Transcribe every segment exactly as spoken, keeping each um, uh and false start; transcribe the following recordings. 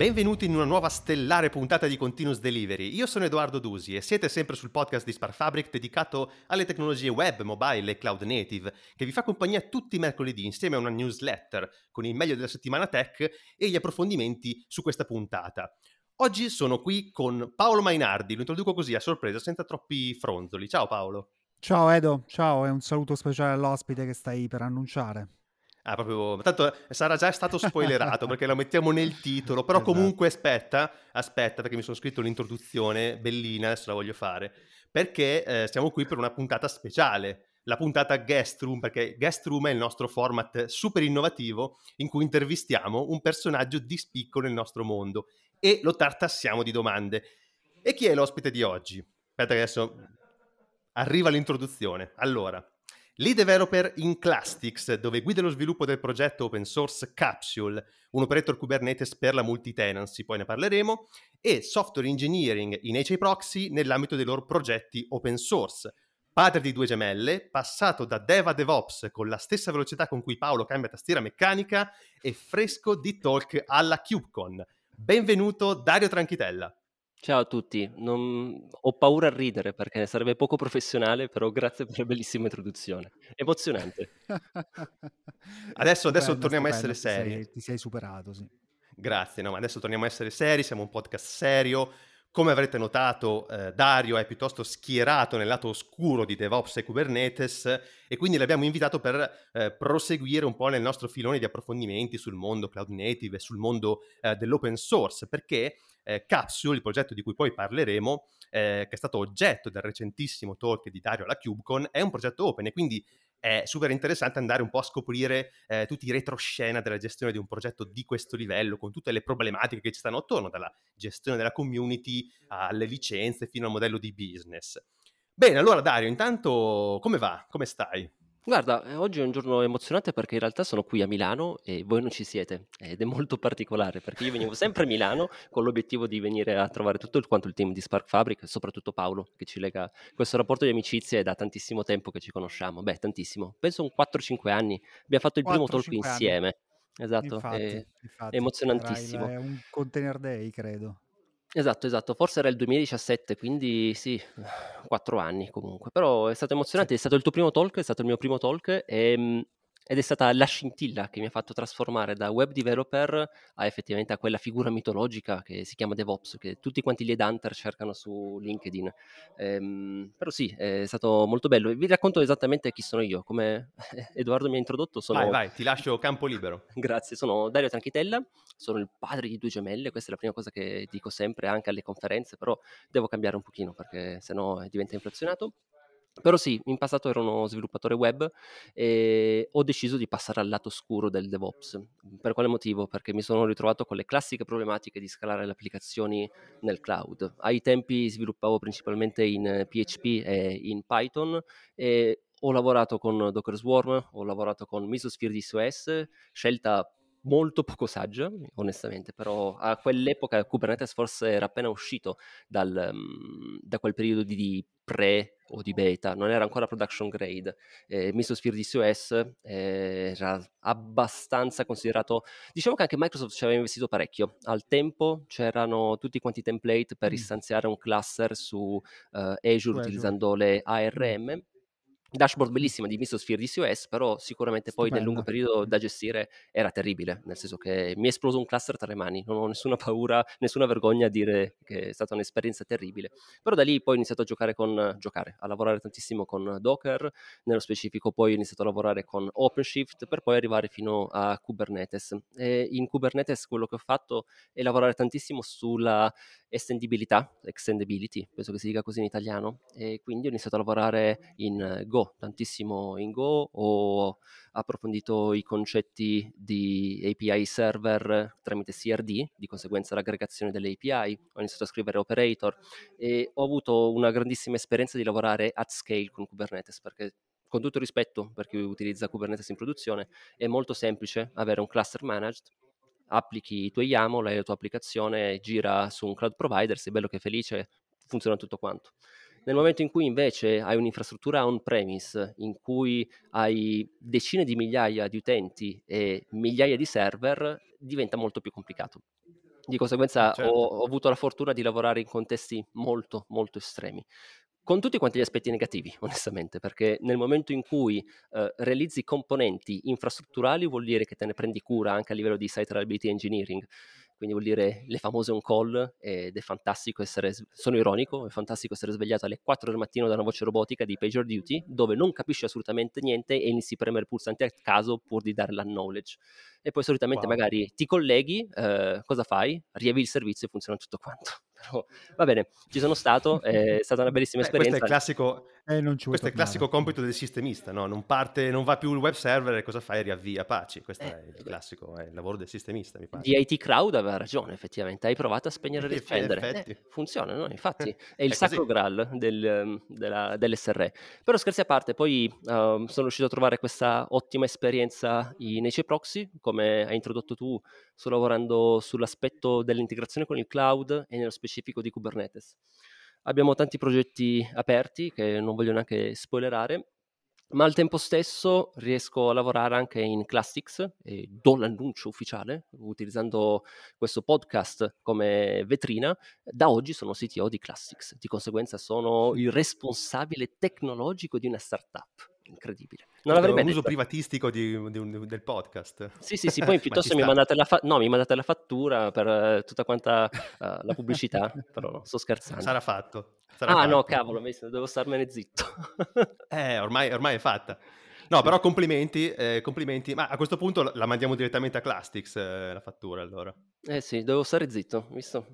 Benvenuti in una nuova stellare puntata di Continuous Delivery. Io sono Edoardo Dusi e siete sempre sul podcast di Spark Fabric dedicato alle tecnologie web, mobile e cloud native, che vi fa compagnia tutti i mercoledì insieme a una newsletter con il meglio della settimana tech e gli approfondimenti su questa puntata. Oggi sono qui con Paolo Mainardi, lo introduco così a sorpresa senza troppi fronzoli. Ciao Paolo. Ciao Edo, ciao e un saluto speciale all'ospite che stai per annunciare. Ah, proprio, tanto sarà già stato spoilerato perché lo mettiamo nel titolo, però Esatto. comunque aspetta, aspetta perché mi sono scritto l'introduzione, bellina, adesso la voglio fare, perché eh, siamo qui per una puntata speciale, la puntata Guest Room, perché Guest Room è il nostro format super innovativo in cui intervistiamo un personaggio di spicco nel nostro mondo e lo tartassiamo di domande. E chi è l'ospite di oggi? Aspetta che adesso arriva l'introduzione. Allora, lead developer in Clastix, dove guida lo sviluppo del progetto open source Capsule, un operator Kubernetes per la multi-tenancy, poi ne parleremo, e software engineering in H A Proxy nell'ambito dei loro progetti open source. Padre di due gemelle, passato da dev a DevOps con la stessa velocità con cui Paolo cambia tastiera meccanica e fresco di talk alla KubeCon. Benvenuto Dario Tranchitella. Ciao a tutti, non... ho paura a ridere perché sarebbe poco professionale, però grazie per la bellissima introduzione. Emozionante. Adesso, adesso Stupendo, torniamo a stupendo, essere ti seri. sei, ti sei superato, sì. Grazie, no, ma adesso torniamo a essere seri, siamo un podcast serio. Come avrete notato, eh, Dario è piuttosto schierato nel lato oscuro di DevOps e Kubernetes e quindi l'abbiamo invitato per eh, proseguire un po' nel nostro filone di approfondimenti sul mondo cloud native e sul mondo eh, dell'open source, perché eh, Capsule, il progetto di cui poi parleremo, eh, che è stato oggetto del recentissimo talk di Dario alla KubeCon, è un progetto open e quindi è super interessante andare un po' a scoprire eh, tutti i retroscena della gestione di un progetto di questo livello, con tutte le problematiche che ci stanno attorno, dalla gestione della community alle licenze fino al modello di business. Bene, allora Dario, intanto come va? Come stai? Guarda, eh, oggi è un giorno emozionante perché in realtà sono qui a Milano e voi non ci siete ed è molto particolare perché io venivo sempre a Milano con l'obiettivo di venire a trovare tutto il- quanto il team di Spark Fabric e soprattutto Paolo che ci lega questo rapporto di amicizia e da tantissimo tempo che ci conosciamo. Beh, tantissimo, penso un quattro cinque anni. Abbiamo fatto il primo talk quattro cinque anni, insieme. Esatto, è, infatti, è infatti, era il, emozionantissimo. è un container day, credo. Esatto, esatto, forse era il duemiladiciassette, quindi sì, quattro anni comunque, però è stato Sì. emozionante, è stato il tuo primo talk, è stato il mio primo talk, ehm, ed è stata la scintilla che mi ha fatto trasformare da web developer a effettivamente a quella figura mitologica che si chiama DevOps, che tutti quanti gli headhunter cercano su LinkedIn. Ehm, però sì, è stato molto bello. E vi racconto esattamente chi sono io. Come Edoardo mi ha introdotto, Vai, sono... vai, ti lascio campo libero. Grazie, sono Dario Tranchitella, sono il padre di due gemelle, questa è la prima cosa che dico sempre anche alle conferenze, però devo cambiare un pochino perché sennò diventa inflazionato. Però sì, in passato ero uno sviluppatore web e ho deciso di passare al lato scuro del DevOps. Per quale motivo? Perché mi sono ritrovato con le classiche problematiche di scalare le applicazioni nel cloud. Ai tempi sviluppavo principalmente in P H P e in Python e ho lavorato con Docker Swarm, ho lavorato con Mesosphere D S O S, scelta molto poco saggia, onestamente, però a quell'epoca Kubernetes forse era appena uscito dal, um, da quel periodo di, di pre o di beta, non era ancora production grade. Eh, Mesosphere D S O S eh, era abbastanza considerato, diciamo che anche Microsoft ci aveva investito parecchio. Al tempo c'erano tutti quanti i template per Mm, istanziare un cluster su eh, su Azure Azure. utilizzando le Mm, A R M. Dashboard mm, bellissima di Mesosphere D S O S, però sicuramente poi nel lungo stupenda. periodo Mm. da gestire era terribile, nel senso che mi è esploso un cluster tra le mani, non ho nessuna paura, nessuna vergogna a dire che è stata un'esperienza terribile. Però da lì poi ho iniziato a giocare con, giocare, a lavorare tantissimo con Docker, nello specifico poi ho iniziato a lavorare con OpenShift per poi arrivare fino a Kubernetes. E in Kubernetes quello che ho fatto è lavorare tantissimo sulla estendibilità, extendability, penso che si dica così in italiano, e quindi ho iniziato a lavorare in Go, tantissimo in Go, ho approfondito i concetti di A P I server tramite C R D, di conseguenza l'aggregazione delle A P I, ho iniziato a scrivere operator e ho avuto una grandissima esperienza di lavorare at scale con Kubernetes, perché con tutto rispetto per chi utilizza Kubernetes in produzione, è molto semplice avere un cluster managed, applichi i tuoi YAML e la tua applicazione gira su un cloud provider, sei bello che felice, funziona tutto quanto. Nel momento in cui invece hai un'infrastruttura on-premise, in cui hai decine di migliaia di utenti e migliaia di server, diventa molto più complicato. Di Eh, conseguenza ho certo. ho avuto la fortuna di lavorare in contesti molto, molto estremi, con tutti quanti gli aspetti negativi onestamente, perché nel momento in cui, uhm, realizzi componenti infrastrutturali vuol dire che te ne prendi cura anche a livello di site reliability engineering, quindi vuol dire le famose on call, ed è fantastico essere s sono ironico, è fantastico essere svegliato alle quattro del mattino da una voce robotica di PagerDuty, dove non capisci assolutamente niente e inizi a premere pulsanti a caso pur di dare l'acknowledge. E poi solitamente Wow. magari ti colleghi, uhm, cosa fai? Riavi il servizio e funziona tutto quanto. Però va bene, ci sono stato, è stata una bellissima Beh, questo è il esperienza. classico E non ci vuoi questo è il classico tornare. compito del sistemista, no, non parte non va più il web server e cosa fai? Riavvia Apache. Questo Eh, è il beh. classico è il lavoro del sistemista, mi pare. D I T Crowd aveva ragione effettivamente, hai provato a spegnere e Eh, effe riaccendere. Eh, effetti. funziona, no, infatti è il È così. sacro graal del della dell'esse erre E. Però scherzi a parte, poi, uhm, sono riuscito a trovare questa ottima esperienza in Ece Proxy, come hai introdotto tu, sto lavorando sull'aspetto dell'integrazione con il cloud e nello specifico di Kubernetes. Abbiamo tanti progetti aperti che non voglio neanche spoilerare, ma al tempo stesso riesco a lavorare anche in Classics e do l'annuncio ufficiale, utilizzando questo podcast come vetrina. Da oggi sono C T O di Classics, di conseguenza sono il responsabile tecnologico di una startup. Incredibile. Non Questo è l'avrei mai un uso detto. privatistico di un di un del podcast. Sì, sì, sì, poi Ma ci piuttosto mi sta. mandate la fa no, mi mandate la fattura per eh, tutta quanta, uhm, la pubblicità, però no, sto scherzando. Sarà fatto, sarà Ah no, fatto. cavolo, mi s devo starmene zitto. Eh, ormai ormai è fatta. No, Sì, però sì. complimenti, ehm, complimenti. Ma a questo punto l la mandiamo direttamente a Classics, ehm, la fattura allora. Eh sì, devo stare zitto, visto?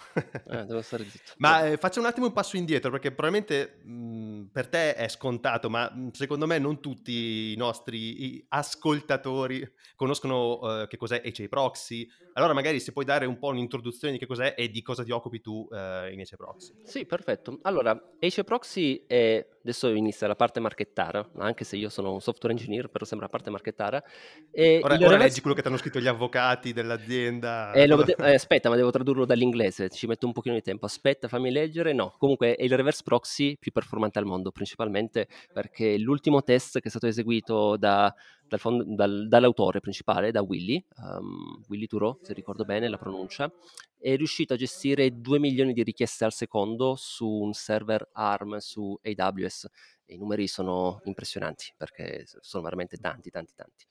Eh, devo stare zitto. Ma, Vabbè. ehm, faccio un attimo un passo indietro perché probabilmente, mhmm, per te è scontato, ma, mhmm, secondo me non tutti i nostri i ascoltatori conoscono, uhm, che cos'è Ece Proxy. Allora magari se puoi dare un po' un'introduzione di che cos'è e di cosa ti occupi tu, ehm, in Ece Proxy. Sì, perfetto. Allora, Ace Proxy è adesso inizia la parte marchettara, anche se io sono un software engineer, però sembra la parte marchettara. E Ora il ora reverse leggi quello che t'hanno scritto gli avvocati dell'azienda. Eh, lo vede- eh, aspetta, ma devo tradurlo dall'inglese, ci metto un pochino di tempo. Aspetta, fammi leggere. No, comunque è il reverse proxy più performante al mondo, principalmente perché l'ultimo test che è stato eseguito da- dal fond- dal- dall'autore principale, da Willy, um, Willy Thoreau, se ricordo bene la pronuncia, è riuscito a gestire due milioni di richieste al secondo su un server ARM su A W S. E i numeri sono impressionanti perché sono veramente tanti, tanti, tanti.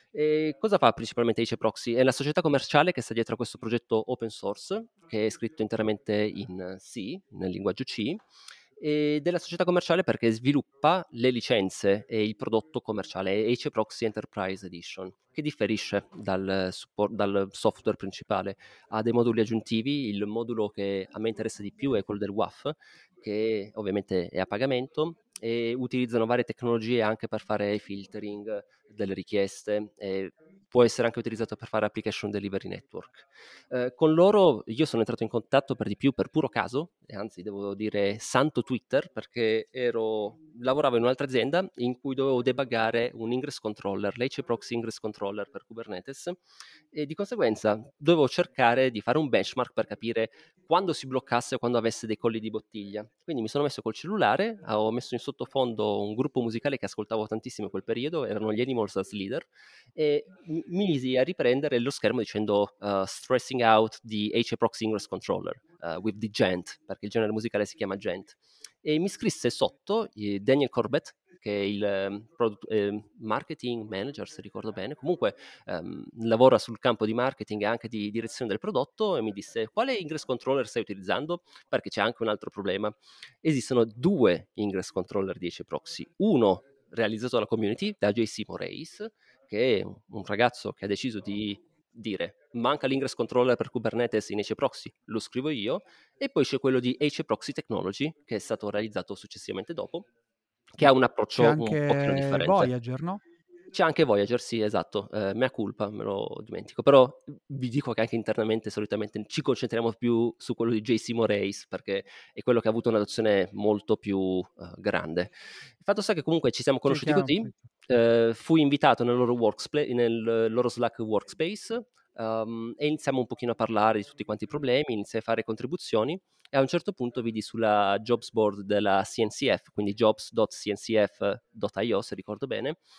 E cosa fa principalmente Ace Proxy? È la società commerciale che sta dietro a questo progetto open source, che è scritto interamente in C, nel linguaggio C, ed è la società commerciale perché sviluppa le licenze e il prodotto commerciale, è Ace Proxy Enterprise Edition, che differisce dal, support, dal software principale. Ha dei moduli aggiuntivi, il modulo che a me interessa di più è quello del W A F, che ovviamente è a pagamento, e utilizzano varie tecnologie anche per fare filtering delle richieste, e può essere anche utilizzato per fare application delivery network. Eh, con loro io sono entrato in contatto per di più per puro caso, e anzi devo dire santo Twitter, perché ero, lavoravo in un'altra azienda in cui dovevo debuggare un ingress controller, l'H Proxy Ingress Controller per Kubernetes, e di conseguenza dovevo cercare di fare un benchmark per capire quando si bloccasse o quando avesse dei colli di bottiglia. Quindi mi sono messo col cellulare, ho messo in sottofondo un gruppo musicale che ascoltavo tantissimo in quel periodo, erano gli Animals as Leader, e mi mi misi a riprendere lo schermo dicendo uh, stressing out the H Proxy Ingress Controller uh, with the Gent, perché il genere musicale si chiama Gent. E mi scrisse sotto eh, Daniel Corbett, che è il eh, product- eh, marketing manager, se ricordo bene, comunque ehm, lavora sul campo di marketing e anche di direzione del prodotto, e mi disse: quale ingress controller stai utilizzando? Perché c'è anche un altro problema. Esistono due ingress controller di Ace Proxy, uno realizzato dalla community da J C Moraes, che è un un ragazzo che ha deciso di dire manca l'ingress controller per Kubernetes in Ace Proxy, lo scrivo io, e poi c'è quello di Ace Proxy Technology che è stato realizzato successivamente dopo, che ha un C'è approccio un pochino anche differente. Voyager, no? C'è anche Voyager, sì, esatto, eh, mea culpa, me lo dimentico, però vi dico che anche internamente solitamente ci concentriamo più su quello di J C Moraes, perché è quello che ha avuto un'adozione molto più eh, grande. Il fatto sta che comunque ci siamo Sì, conosciuti chiaro. così, eh, fui invitato nel loro, workspace, nel loro Slack workspace, um, e iniziamo un pochino a parlare di tutti quanti i problemi, iniziai a fare contribuzioni, e a un certo punto vidi sulla jobs board della C N C F, quindi jobs dot c n c f dot i o se ricordo bene,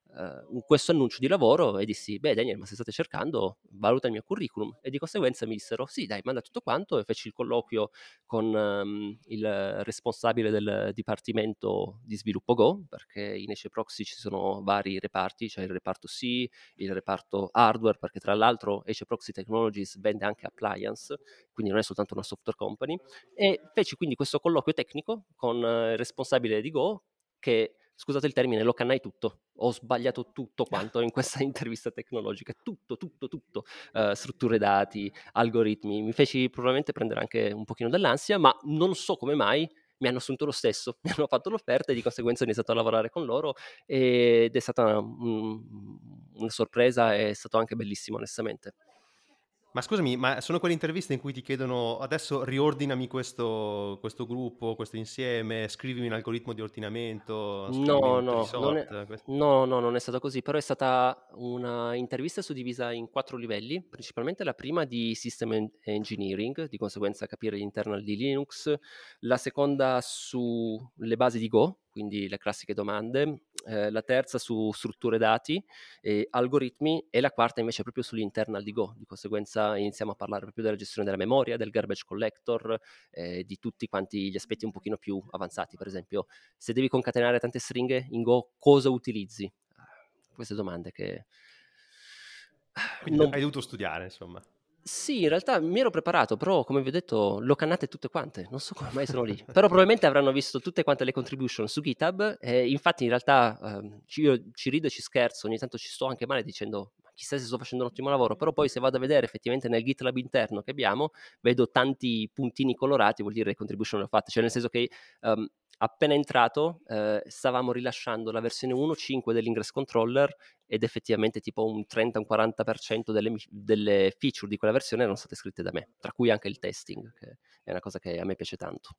uh, questo annuncio di lavoro e dissi, beh Daniel, ma se state cercando, valuta il mio curriculum. E di conseguenza mi dissero, sì dai, manda tutto quanto, e feci il colloquio con um, il responsabile del dipartimento di sviluppo Go, perché in Ace Proxy ci sono vari reparti, c'è il reparto C, il reparto hardware, perché tra l'altro Ace Proxy Technologies vende anche appliance, quindi non è soltanto una software company, e feci quindi questo colloquio tecnico con il responsabile di Go, che, scusate il termine, lo cannai tutto. Ho sbagliato tutto quanto in questa intervista tecnologica, tutto, tutto, tutto, uh, strutture dati, algoritmi, mi feci probabilmente prendere anche un pochino dell'ansia, ma non so come mai mi hanno assunto lo stesso, mi hanno fatto l'offerta e di conseguenza ho iniziato a lavorare con loro ed è stata un, una sorpresa, è stato anche bellissimo onestamente. Ma scusami, ma sono quelle interviste in cui ti chiedono adesso riordinami questo, questo gruppo, questo insieme, scrivimi un algoritmo di ordinamento, scrivimi No, un no, non è, trisort? Questo... no, no, non è stata così, però è stata una intervista suddivisa in quattro livelli, principalmente la prima di System en- Engineering, di conseguenza capire gli internal di Linux, la seconda sulle basi di Go, quindi le classiche domande, eh, la terza su strutture dati e algoritmi, e la quarta invece proprio sugli internal di Go, di conseguenza iniziamo a parlare proprio della gestione della memoria, del garbage collector, eh, di tutti quanti gli aspetti un pochino più avanzati, per esempio se devi concatenare tante stringhe in Go, cosa utilizzi? Queste domande che Quindi non... hai dovuto studiare, insomma. Sì, in realtà mi ero preparato, però come vi ho detto, l'ho cannate tutte quante, non so come mai sono lì. Però probabilmente avranno visto tutte quante le contribution su GitHub e infatti in realtà ehm, io ci rido e ci scherzo, ogni tanto ci sto anche male dicendo chissà se sto facendo un ottimo lavoro, però poi se vado a vedere effettivamente nel GitLab interno che abbiamo, vedo tanti puntini colorati, vuol dire le contribution le ho fatte, cioè nel senso che um, appena entrato eh, stavamo rilasciando la versione uno punto cinque dell'Ingress Controller ed effettivamente tipo un trenta quaranta per cento delle, delle feature di quella versione erano state scritte da me, tra cui anche il testing, che è una cosa che a me piace tanto.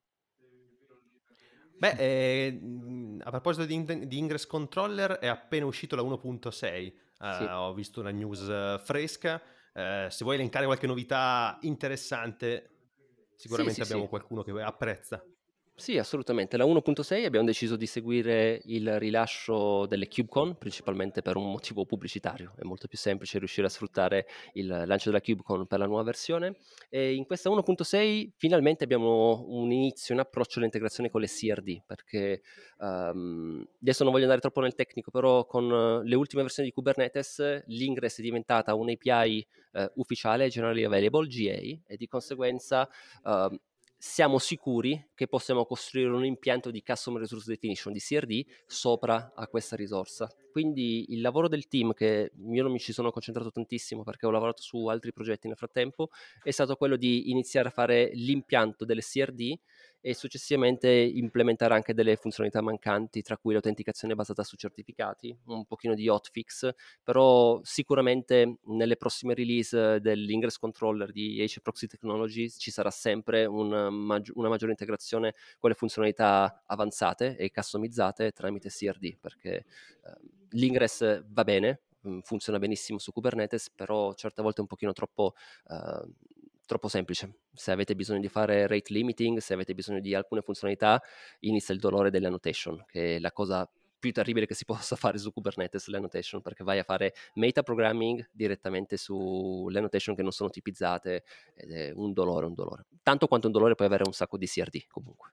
Beh, eh, a proposito di, di Ingress Controller, è appena uscito la uno punto sei. Uh, Sì. ho visto una news uh, fresca. Uh, se vuoi elencare qualche novità interessante, sicuramente sì, sì, abbiamo sì. qualcuno che apprezza. Sì, assolutamente. La uno punto sei abbiamo deciso di seguire il rilascio delle KubeCon, principalmente per un motivo pubblicitario. È molto più semplice riuscire a sfruttare il lancio della KubeCon per la nuova versione. E in questa uno punto sei finalmente abbiamo un inizio, un approccio all'integrazione con le C R D, perché um, adesso non voglio andare troppo nel tecnico, però con le ultime versioni di Kubernetes l'Ingress è diventata un'A P I uh, ufficiale, Generally Available, G A, e di conseguenza... Uh, siamo sicuri che possiamo costruire un impianto di Customer Resource Definition, di C R D, sopra a questa risorsa. Quindi il lavoro del team, che io non mi ci sono concentrato tantissimo perché ho lavorato su altri progetti nel frattempo, è stato quello di iniziare a fare l'impianto delle C R D e successivamente implementare anche delle funzionalità mancanti, tra cui l'autenticazione basata su certificati, un pochino di hotfix, però sicuramente nelle prossime release dell'Ingress Controller di Ace Proxy Technologies ci sarà sempre un maggi- una maggiore integrazione con le funzionalità avanzate e customizzate tramite C R D, perché eh, l'Ingress va bene, funziona benissimo su Kubernetes, però certe volte è un pochino troppo... Uh, troppo semplice. Se avete bisogno di fare rate limiting, se avete bisogno di alcune funzionalità, inizia il dolore delle annotation, che è la cosa più terribile che si possa fare su Kubernetes, le annotation, perché vai a fare metaprogramming direttamente sulle annotation che non sono tipizzate ed è un dolore, un dolore. Tanto quanto un dolore puoi avere un sacco di C R D comunque.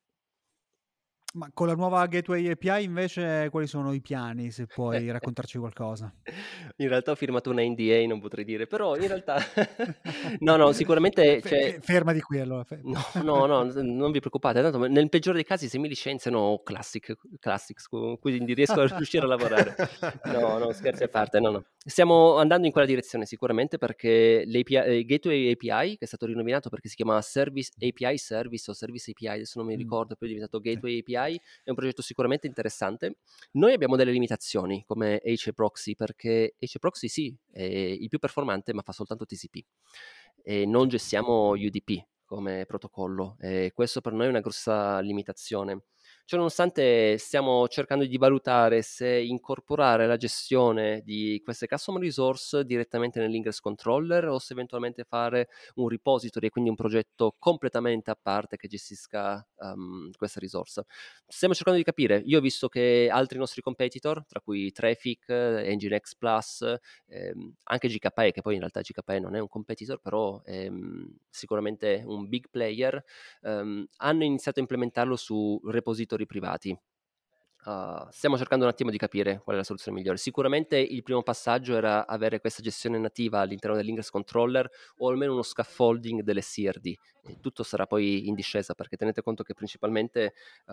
Ma con la nuova Gateway A P I invece quali sono i piani, se puoi raccontarci qualcosa? In realtà ho firmato una N D A, non potrei dire, però in realtà no, no, sicuramente F- cioè... f- ferma di qui allora. Fe- No, no, no, non vi preoccupate, tanto nel peggiore dei casi se mi licenziano ho classic, classics, quindi riesco a riuscire a lavorare. No, no, scherzi a parte, no, no. Stiamo andando in quella direzione sicuramente perché l'A P I, eh, Gateway A P I, che è stato rinominato perché si chiama Service A P I Service o Service A P I, adesso non mi ricordo, poi è diventato Gateway A P I, è un progetto sicuramente interessante. Noi abbiamo delle limitazioni come Ace Proxy, perché Ace Proxy sì, è il più performante, ma fa soltanto T C P e non gestiamo U D P come protocollo e questo per noi è una grossa limitazione. Ciononostante stiamo cercando di valutare se incorporare la gestione di queste custom resource direttamente nell'Ingress Controller o se eventualmente fare un repository e quindi un progetto completamente a parte che gestisca um, questa risorsa. Stiamo cercando di capire. Io ho visto che altri nostri competitor, tra cui Traffic, Nginx Plus, ehm, anche G K E, che poi in realtà G K E non è un competitor, però è ehm, sicuramente un big player, ehm, hanno iniziato a implementarlo su repository privati. Uh, stiamo cercando un attimo di capire qual è la soluzione migliore. Sicuramente il primo passaggio era avere questa gestione nativa all'interno dell'Ingress Controller o almeno uno scaffolding delle C R D. E tutto sarà poi in discesa, perché tenete conto che principalmente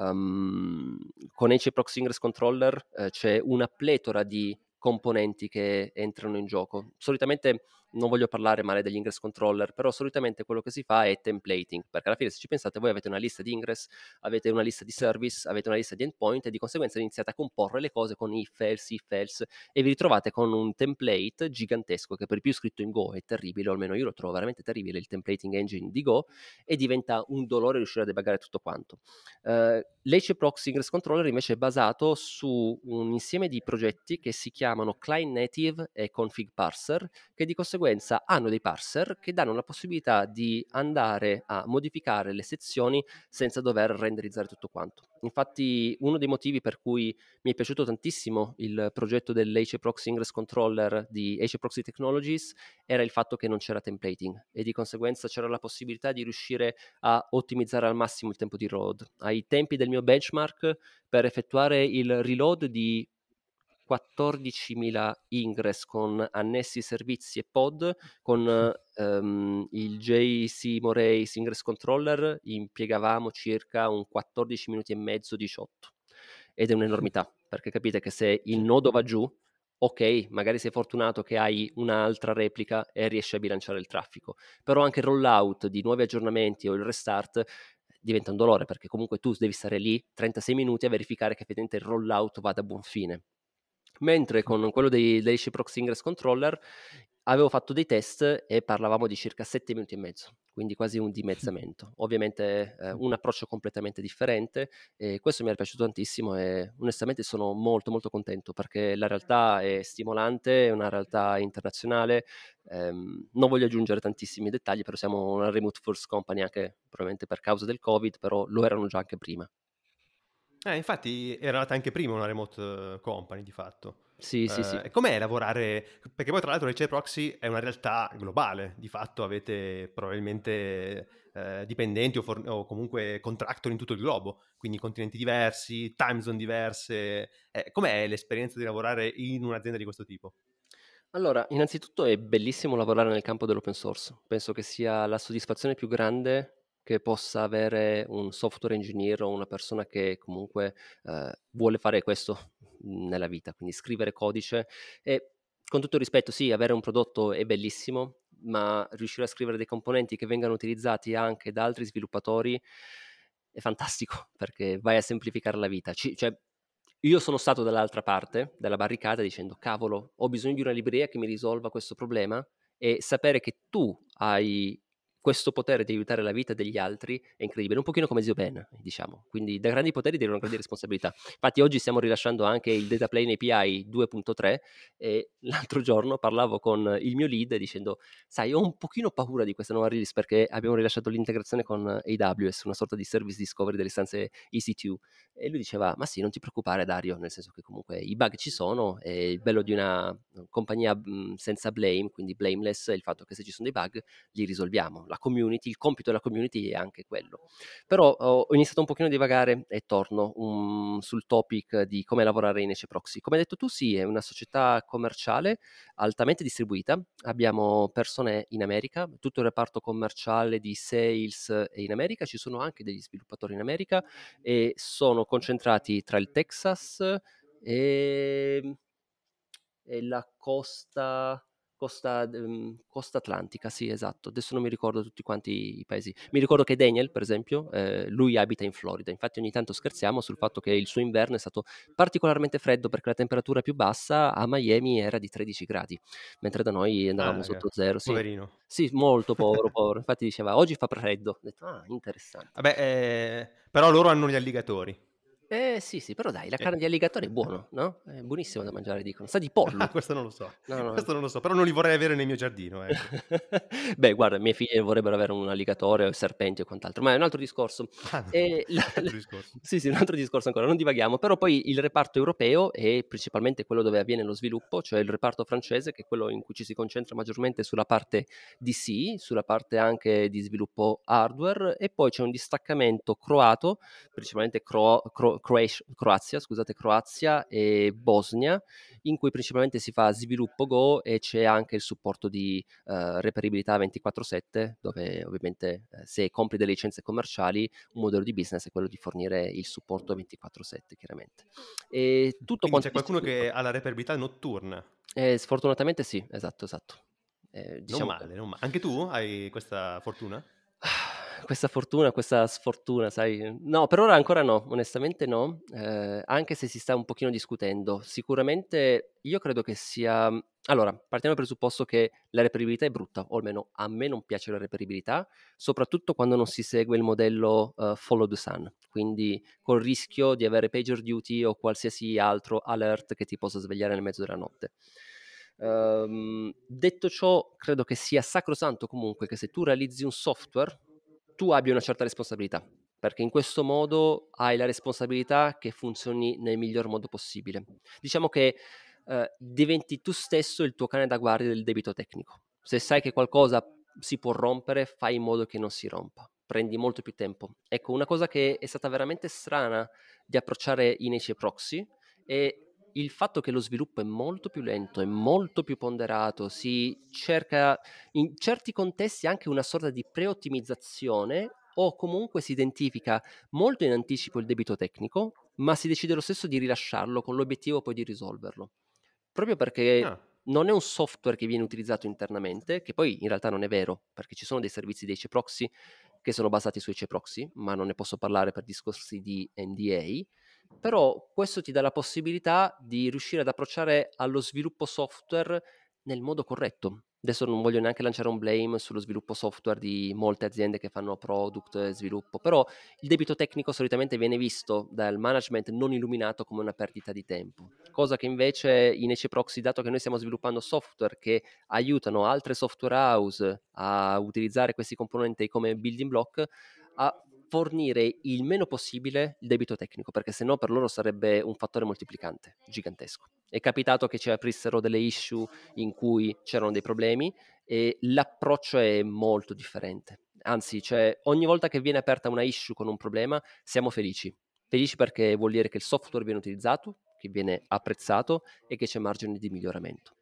um, con HAProxy Ingress Controller eh, c'è una pletora di componenti che entrano in gioco. Solitamente non voglio parlare male degli ingress controller, però solitamente quello che si fa è templating, perché alla fine se ci pensate voi avete una lista di ingress, avete una lista di service, avete una lista di endpoint e di conseguenza iniziate a comporre le cose con if else, if else e vi ritrovate con un template gigantesco che per più scritto in Go è terribile, o almeno io lo trovo veramente terribile il templating engine di Go, e diventa un dolore riuscire a debuggare tutto quanto. Uh, L'HAProxy Ingress Controller invece è basato su un insieme di progetti che si chiamano Client Native e Config Parser, che di conseguenza hanno dei parser che danno la possibilità di andare a modificare le sezioni senza dover renderizzare tutto quanto. Infatti uno dei motivi per cui mi è piaciuto tantissimo il progetto dell'HAProxy Ingress Controller di HAProxy Technologies era il fatto che non c'era templating e di conseguenza c'era la possibilità di riuscire a ottimizzare al massimo il tempo di load. Ai tempi del mio benchmark, per effettuare il reload di quattordicimila ingress con annessi servizi e pod con um, il J C Moraes Ingress Controller impiegavamo circa un quattordici minuti e mezzo, diciotto, ed è un'enormità, perché capite che se il nodo va giù, ok, magari sei fortunato che hai un'altra replica e riesci a bilanciare il traffico, però anche il rollout di nuovi aggiornamenti o il restart diventa un dolore, perché comunque tu devi stare lì trentasei minuti a verificare che effettivamente il rollout vada a buon fine. Mentre con quello dei, dei HAProxy Ingress Controller avevo fatto dei test e parlavamo di circa sette minuti e mezzo, quindi quasi un dimezzamento. Ovviamente eh, un approccio completamente differente e questo mi è piaciuto tantissimo e onestamente sono molto molto contento perché la realtà è stimolante, è una realtà internazionale. Ehm, non voglio aggiungere tantissimi dettagli, però siamo una remote first company anche probabilmente per causa del Covid, però lo erano già anche prima. Eh, infatti eravate anche prima una remote company di fatto. Sì, sì, sì. E com'è lavorare? Perché poi tra l'altro HAProxy è una realtà globale, di fatto avete probabilmente eh, dipendenti o, for- o comunque contractor in tutto il globo, quindi continenti diversi, time zone diverse. Eh, com'è l'esperienza di lavorare in un'azienda di questo tipo? Allora, innanzitutto è bellissimo lavorare nel campo dell'open source. Penso che sia la soddisfazione più grande che possa avere un software engineer o una persona che comunque eh, vuole fare questo nella vita, quindi scrivere codice. E con tutto il rispetto, sì, avere un prodotto è bellissimo, ma riuscire a scrivere dei componenti che vengano utilizzati anche da altri sviluppatori è fantastico, perché vai a semplificare la vita. Ci, cioè, io sono stato dall'altra parte della barricata dicendo cavolo, ho bisogno di una libreria che mi risolva questo problema, e sapere che tu hai questo potere di aiutare la vita degli altri è incredibile, un pochino come Zio Ben, diciamo. Quindi da grandi poteri derivano grandi responsabilità. Infatti oggi stiamo rilasciando anche il Data Plane A P I due punto tre e l'altro giorno parlavo con il mio lead dicendo sai, ho un pochino paura di questa nuova release perché abbiamo rilasciato l'integrazione con A W S, una sorta di service discovery delle istanze E C due, e lui diceva ma sì, non ti preoccupare Dario, nel senso che comunque i bug ci sono e il bello di una compagnia mh, senza blame, quindi blameless, è il fatto che se ci sono dei bug li risolviamo. La community, il compito della community è anche quello. Però ho iniziato un pochino a divagare e torno um, sul topic di come lavorare in HAProxy. Come hai detto tu, sì, è una società commerciale altamente distribuita, abbiamo persone in America, tutto il reparto commerciale di sales è in America, ci sono anche degli sviluppatori in America e sono concentrati tra il Texas e, e la costa... Costa, um, costa atlantica, sì, esatto. Adesso non mi ricordo tutti quanti i paesi. Mi ricordo che Daniel, per esempio, eh, lui abita in Florida. Infatti ogni tanto scherziamo sul fatto che il suo inverno è stato particolarmente freddo perché la temperatura più bassa a Miami era di tredici gradi, mentre da noi andavamo Ah, sotto zero. Sì, poverino. sì, molto povero, povero. Infatti diceva, oggi fa freddo. Ho detto, ah, interessante. Vabbè, eh, però loro hanno gli alligatori. Eh sì, sì, però dai, la Eh. carne di alligatore è buono, no? È buonissima da mangiare, dicono. Sa di pollo. Ah, questo non lo so. No, no. Questo non lo so, però non li vorrei avere nel mio giardino, ecco. Beh, guarda, i miei figli vorrebbero avere un alligatore o serpenti o quant'altro, ma è un altro discorso. Ah, E la la altro discorso. sì, sì, un altro discorso ancora, non divaghiamo, però poi il reparto europeo e principalmente quello dove avviene lo sviluppo, cioè il reparto francese, che è quello in cui ci si concentra maggiormente sulla parte D C, sulla parte anche di sviluppo hardware, e poi c'è un distaccamento croato, principalmente Cro- Cro- Croatia, Croazia, scusate, Croazia e Bosnia, in cui principalmente si fa sviluppo Go e c'è anche il supporto di uh, reperibilità ventiquattro sette, dove ovviamente eh, se compri delle licenze commerciali un modello di business è quello di fornire il supporto ventiquattro sette, chiaramente. E tutto Quindi quanto c'è qualcuno distribuito. che ha la reperibilità notturna. Eh, sfortunatamente sì, esatto, esatto. Eh, Non diciamo che male, non ma anche tu hai questa fortuna? questa fortuna, questa sfortuna, sai? No, per ora ancora no, onestamente no, eh, anche se si sta un pochino discutendo. Sicuramente io credo che sia... Allora, partiamo dal presupposto che la reperibilità è brutta, o almeno a me non piace la reperibilità, soprattutto quando non si segue il modello uh, follow the sun, quindi col rischio di avere pager duty o qualsiasi altro alert che ti possa svegliare nel mezzo della notte. Um, detto ciò, credo che sia sacrosanto comunque che se tu realizzi un software, tu abbia una certa responsabilità, perché in questo modo hai la responsabilità che funzioni nel miglior modo possibile. Diciamo che eh, diventi tu stesso il tuo cane da guardia del debito tecnico. Se sai che qualcosa si può rompere, fai in modo che non si rompa. Prendi molto più tempo. Ecco, una cosa che è stata veramente strana di approcciare i Nece Proxy è il fatto che lo sviluppo è molto più lento, è molto più ponderato, si cerca in certi contesti anche una sorta di preottimizzazione o comunque si identifica molto in anticipo il debito tecnico, ma si decide lo stesso di rilasciarlo con l'obiettivo poi di risolverlo. Proprio perché Ah, non è un software che viene utilizzato internamente, che poi in realtà non è vero, perché ci sono dei servizi dei C-Proxy che sono basati sui C-Proxy, ma non ne posso parlare per discorsi di N D A, però questo ti dà la possibilità di riuscire ad approcciare allo sviluppo software nel modo corretto. Adesso non voglio neanche lanciare un blame sullo sviluppo software di molte aziende che fanno product e sviluppo, però il debito tecnico solitamente viene visto dal management non illuminato come una perdita di tempo, cosa che invece in Ece Proxy, dato che noi stiamo sviluppando software che aiutano altre software house a utilizzare questi componenti come building block, a fornire il meno possibile il debito tecnico, perché sennò per loro sarebbe un fattore moltiplicante gigantesco. È capitato che ci aprissero delle issue in cui c'erano dei problemi e l'approccio è molto differente. Anzi, cioè, ogni volta che viene aperta una issue con un problema, siamo felici. Felici perché vuol dire che il software viene utilizzato, che viene apprezzato e che c'è margine di miglioramento.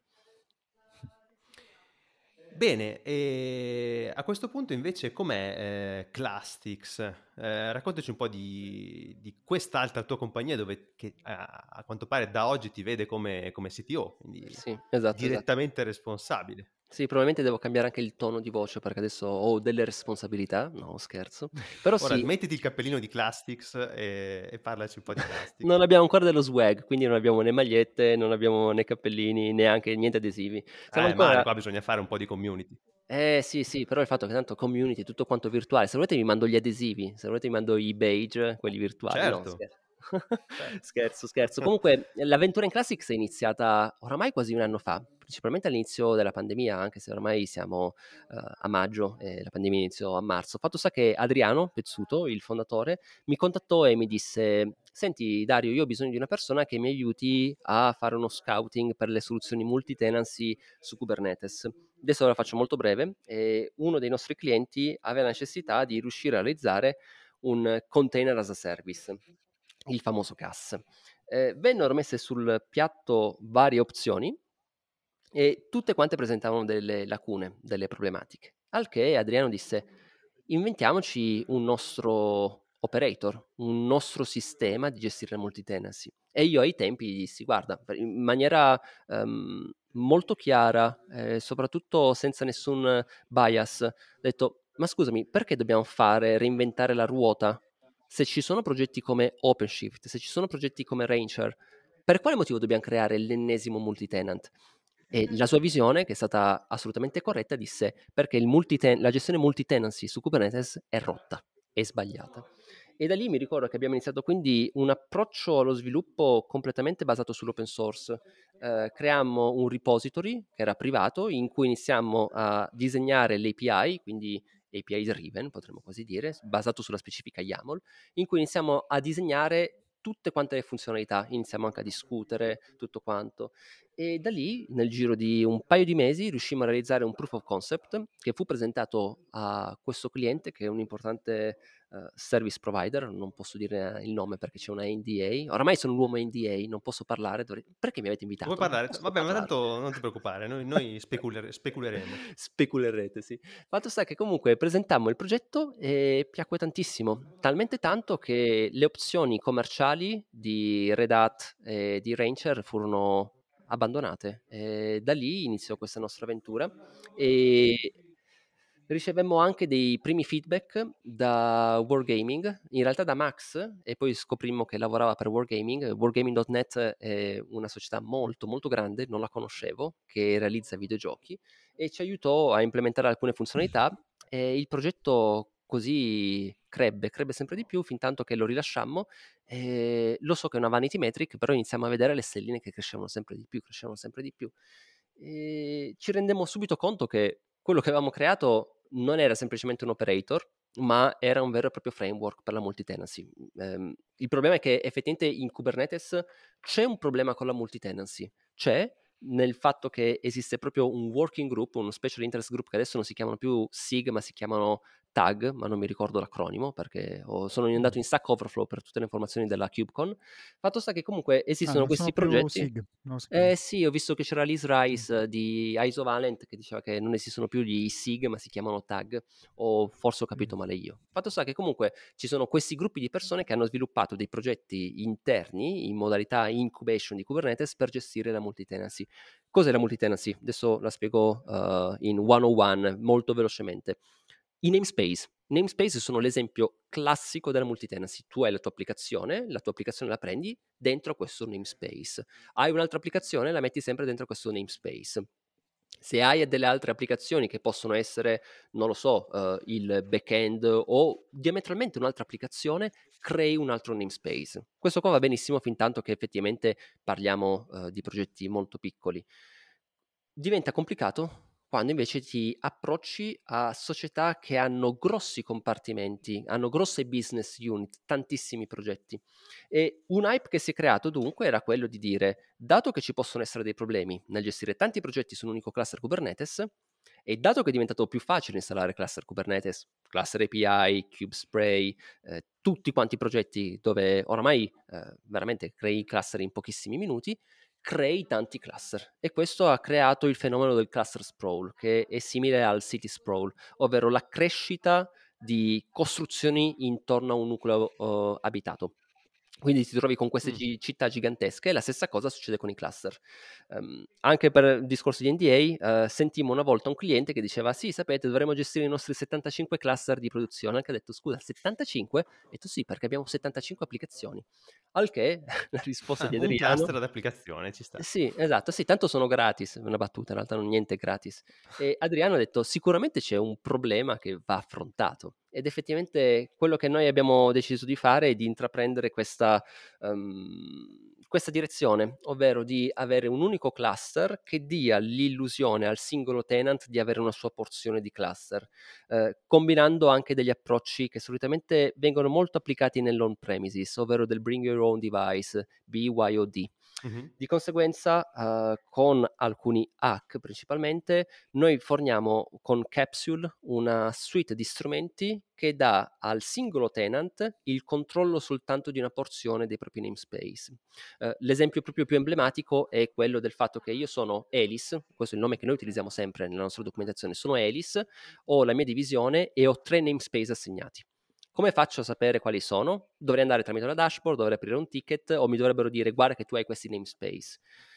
bene, e a questo punto invece com'è eh, Clastix? Eh, raccontaci un po' di, di quest'altra tua compagnia dove che, a, a quanto pare da oggi ti vede come, come C T O, quindi Sì, esatto, esatto. direttamente responsabile. Sì, probabilmente devo cambiare anche il tono di voce perché adesso ho delle responsabilità, no scherzo, però Ora sì, smettiti il cappellino di Clastix e, e parlaci un po' di Clastix. non abbiamo ancora dello swag, quindi non abbiamo né magliette, non abbiamo né cappellini, neanche niente adesivi. Siamo Eh, male, ancora... qua bisogna fare un po' di community. Eh sì, sì, però il fatto che tanto community è tutto quanto virtuale, se volete vi mando gli adesivi, se volete vi mando i badge, quelli virtuali, no, Certo, scherzo. certo. Scherzo, scherzo. Comunque l'avventura in Classics è iniziata oramai quasi un anno fa, principalmente all'inizio della pandemia, anche se ormai siamo uh, a maggio e la pandemia iniziò a marzo. Fatto sta che Adriano Pezzuto, il fondatore, mi contattò e mi disse: senti Dario, io ho bisogno di una persona che mi aiuti a fare uno scouting per le soluzioni multi-tenancy su Kubernetes. Adesso la faccio molto breve. E uno dei nostri clienti aveva necessità di riuscire a realizzare un container as a service, il famoso C A S. Eh, vennero messe sul piatto varie opzioni e tutte quante presentavano delle lacune, delle problematiche. Al che Adriano disse: inventiamoci un nostro operator, un nostro sistema di gestire la multitenancy. E io ai tempi gli dissi: guarda, in maniera um, molto chiara, eh, soprattutto senza nessun bias, ho detto: ma scusami, perché dobbiamo fare, reinventare la ruota? Se ci sono progetti come OpenShift, se ci sono progetti come Ranger, per quale motivo dobbiamo creare l'ennesimo multitenant? E la sua visione, che è stata assolutamente corretta, disse: perché il multiten- la gestione multitenancy su Kubernetes è rotta, è sbagliata. e da lì mi ricordo che abbiamo iniziato quindi un approccio allo sviluppo completamente basato sull'open source. Eh, creammo un repository che era privato in cui iniziammo a disegnare l'A P I, quindi A P I driven potremmo quasi dire, basato sulla specifica YAML, in cui iniziamo a disegnare tutte quante le funzionalità, iniziamo anche a discutere tutto quanto. E da lì, nel giro di un paio di mesi, riuscimmo a realizzare un proof of concept che fu presentato a questo cliente, che è un importante uh, service provider, non posso dire il nome perché c'è una N D A, oramai sono l'uomo N D A, non posso parlare, dovrei... perché mi avete invitato? Vuoi parlare? Posso Vabbè, ma parlare. tanto non ti preoccupare, noi, noi speculer- speculeremo. Speculerete, sì. Fatto sta che comunque presentammo il progetto e piacque tantissimo, talmente tanto che le opzioni commerciali di Red Hat e di Rancher furono abbandonate. E da lì iniziò questa nostra avventura e ricevemmo anche dei primi feedback da Wargaming, in realtà da Max, e poi scoprimmo che lavorava per Wargaming. Wargaming punto net è una società molto molto grande, non la conoscevo, che realizza videogiochi e ci aiutò a implementare alcune funzionalità e il progetto così crebbe, crebbe sempre di più fin tanto che lo rilasciammo. E lo so che è una vanity metric, però iniziamo a vedere le stelline che crescevano sempre di più, crescevano sempre di più. E ci rendemmo subito conto che quello che avevamo creato non era semplicemente un operator, ma era un vero e proprio framework per la multi-tenancy. Um, il problema è che effettivamente in Kubernetes c'è un problema con la multi-tenancy, c'è nel fatto che esiste proprio un working group, uno special interest group che adesso non si chiamano più S I G ma si chiamano T A G, ma non mi ricordo l'acronimo perché ho, sono andato in Stack Overflow per tutte le informazioni della KubeCon. Fatto sta che comunque esistono ah, non questi sono più progetti. S I G, non lo Eh sapevo. sì, ho visto che c'era Liz Rice di Isovalent che diceva che non esistono più gli S I G ma si chiamano T A G, o forse ho capito Mm. male io. Fatto sta che comunque ci sono questi gruppi di persone che hanno sviluppato dei progetti interni in modalità incubation di Kubernetes per gestire la multi-tenancy. Cos'è la multi-tenancy? Adesso la spiego uh, in centouno molto velocemente. I namespace. Namespace sono l'esempio classico della multi-tenancy. Tu hai la tua applicazione, la tua applicazione la prendi dentro questo namespace. Hai un'altra applicazione, la metti sempre dentro questo namespace. Se hai delle altre applicazioni che possono essere, non lo so, uh, il backend o diametralmente un'altra applicazione, crei un altro namespace. Questo qua va benissimo fin tanto che effettivamente parliamo uh, di progetti molto piccoli. Diventa complicato quando invece ti approcci a società che hanno grossi compartimenti, hanno grosse business unit, tantissimi progetti. E un hype che si è creato dunque era quello di dire, dato che ci possono essere dei problemi nel gestire tanti progetti su un unico cluster Kubernetes, e dato che è diventato più facile installare cluster Kubernetes, cluster A P I, Kubespray, eh, tutti quanti i progetti dove oramai eh, veramente crei cluster in pochissimi minuti, crei tanti cluster, e questo ha creato il fenomeno del cluster sprawl, che è simile al city sprawl, ovvero la crescita di costruzioni intorno a un nucleo uh, abitato. Quindi ti trovi con queste Mm. gi- città gigantesche, e la stessa cosa succede con i cluster. Um, anche per il discorso di N D A, uh, sentimmo una volta un cliente che diceva: sì, sapete, dovremmo gestire i nostri settantacinque cluster di produzione. Anche ha detto: scusa, settantacinque? Ho detto sì, perché abbiamo settantacinque applicazioni. Al che la risposta di un Adriano: cluster d'applicazione, ci sta. sì, esatto, sì, tanto sono gratis, una battuta, in realtà non niente è gratis. E Adriano ha detto: sicuramente c'è un problema che va affrontato. Ed effettivamente quello che noi abbiamo deciso di fare è di intraprendere questa, um, questa direzione, ovvero di avere un unico cluster che dia l'illusione al singolo tenant di avere una sua porzione di cluster, eh, combinando anche degli approcci che solitamente vengono molto applicati nell'on premises, ovvero del bring your own device, B Y O D. Mm-hmm. Di conseguenza, uh, con alcuni hack principalmente, noi forniamo con Capsule una suite di strumenti che dà al singolo tenant il controllo soltanto di una porzione dei propri namespace. Uh, l'esempio proprio più emblematico è quello del fatto che io sono Elis, questo è il nome che noi utilizziamo sempre nella nostra documentazione, sono Elis, ho la mia divisione e ho tre namespace assegnati. Come faccio a sapere quali sono? Dovrei andare tramite una dashboard, dovrei aprire un ticket, o mi dovrebbero dire: guarda che tu hai questi namespace.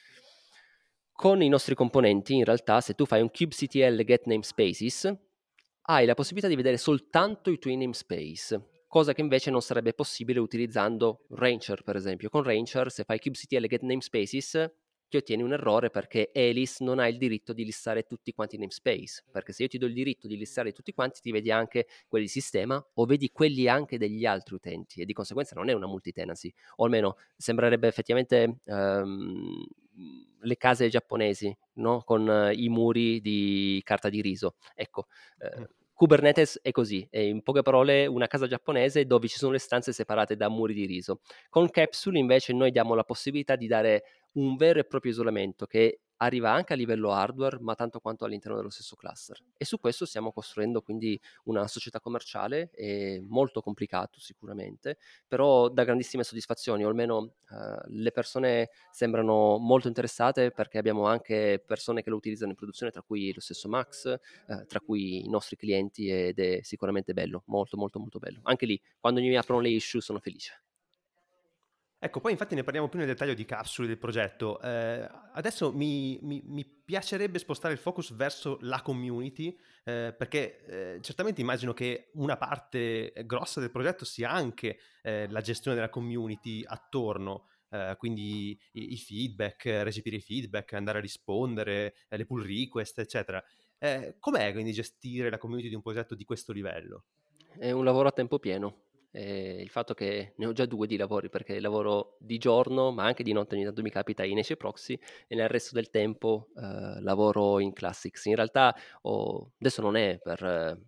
Con i nostri componenti, in realtà, se tu fai un kubectl get namespaces, hai la possibilità di vedere soltanto i tuoi namespace, cosa che invece non sarebbe possibile utilizzando Rancher, per esempio. Con Rancher, se fai kubectl get namespaces, che ottieni un errore perché Alice non ha il diritto di listare tutti quanti i namespace, perché se io ti do il diritto di listare tutti quanti, ti vedi anche quelli di sistema o vedi quelli anche degli altri utenti, e di conseguenza non è una multitenancy, o almeno sembrerebbe effettivamente um, le case giapponesi, no? Con uh, i muri di carta di riso. Ecco, uh, Mm. Kubernetes è così, è in poche parole una casa giapponese dove ci sono le stanze separate da muri di riso. Con Capsule invece noi diamo la possibilità di dare un vero e proprio isolamento che arriva anche a livello hardware, ma tanto quanto all'interno dello stesso cluster. E su questo stiamo costruendo quindi una società commerciale, è molto complicato sicuramente, però dà grandissime soddisfazioni, o almeno eh, le persone sembrano molto interessate, perché abbiamo anche persone che lo utilizzano in produzione, tra cui lo stesso Max, eh, tra cui i nostri clienti, ed è sicuramente bello, molto molto molto bello. Anche lì, quando mi aprono le issue sono felice. Ecco, poi infatti ne parliamo più nel dettaglio di Capsule del progetto. Eh, adesso mi, mi- mi piacerebbe spostare il focus verso la community, eh, perché eh, certamente immagino che una parte grossa del progetto sia anche eh, la gestione della community attorno, eh, quindi i, i feedback, recepire i feedback, andare a rispondere, eh, le pull request, eccetera. Eh, com'è quindi gestire la community di un progetto di questo livello? È un lavoro a tempo pieno. E il fatto che ne ho già due di lavori, perché lavoro di giorno, ma anche di notte ogni tanto mi capita in Ace Proxy, e nel resto del tempo eh, lavoro in Classics. In realtà ho- adesso non è per, eh,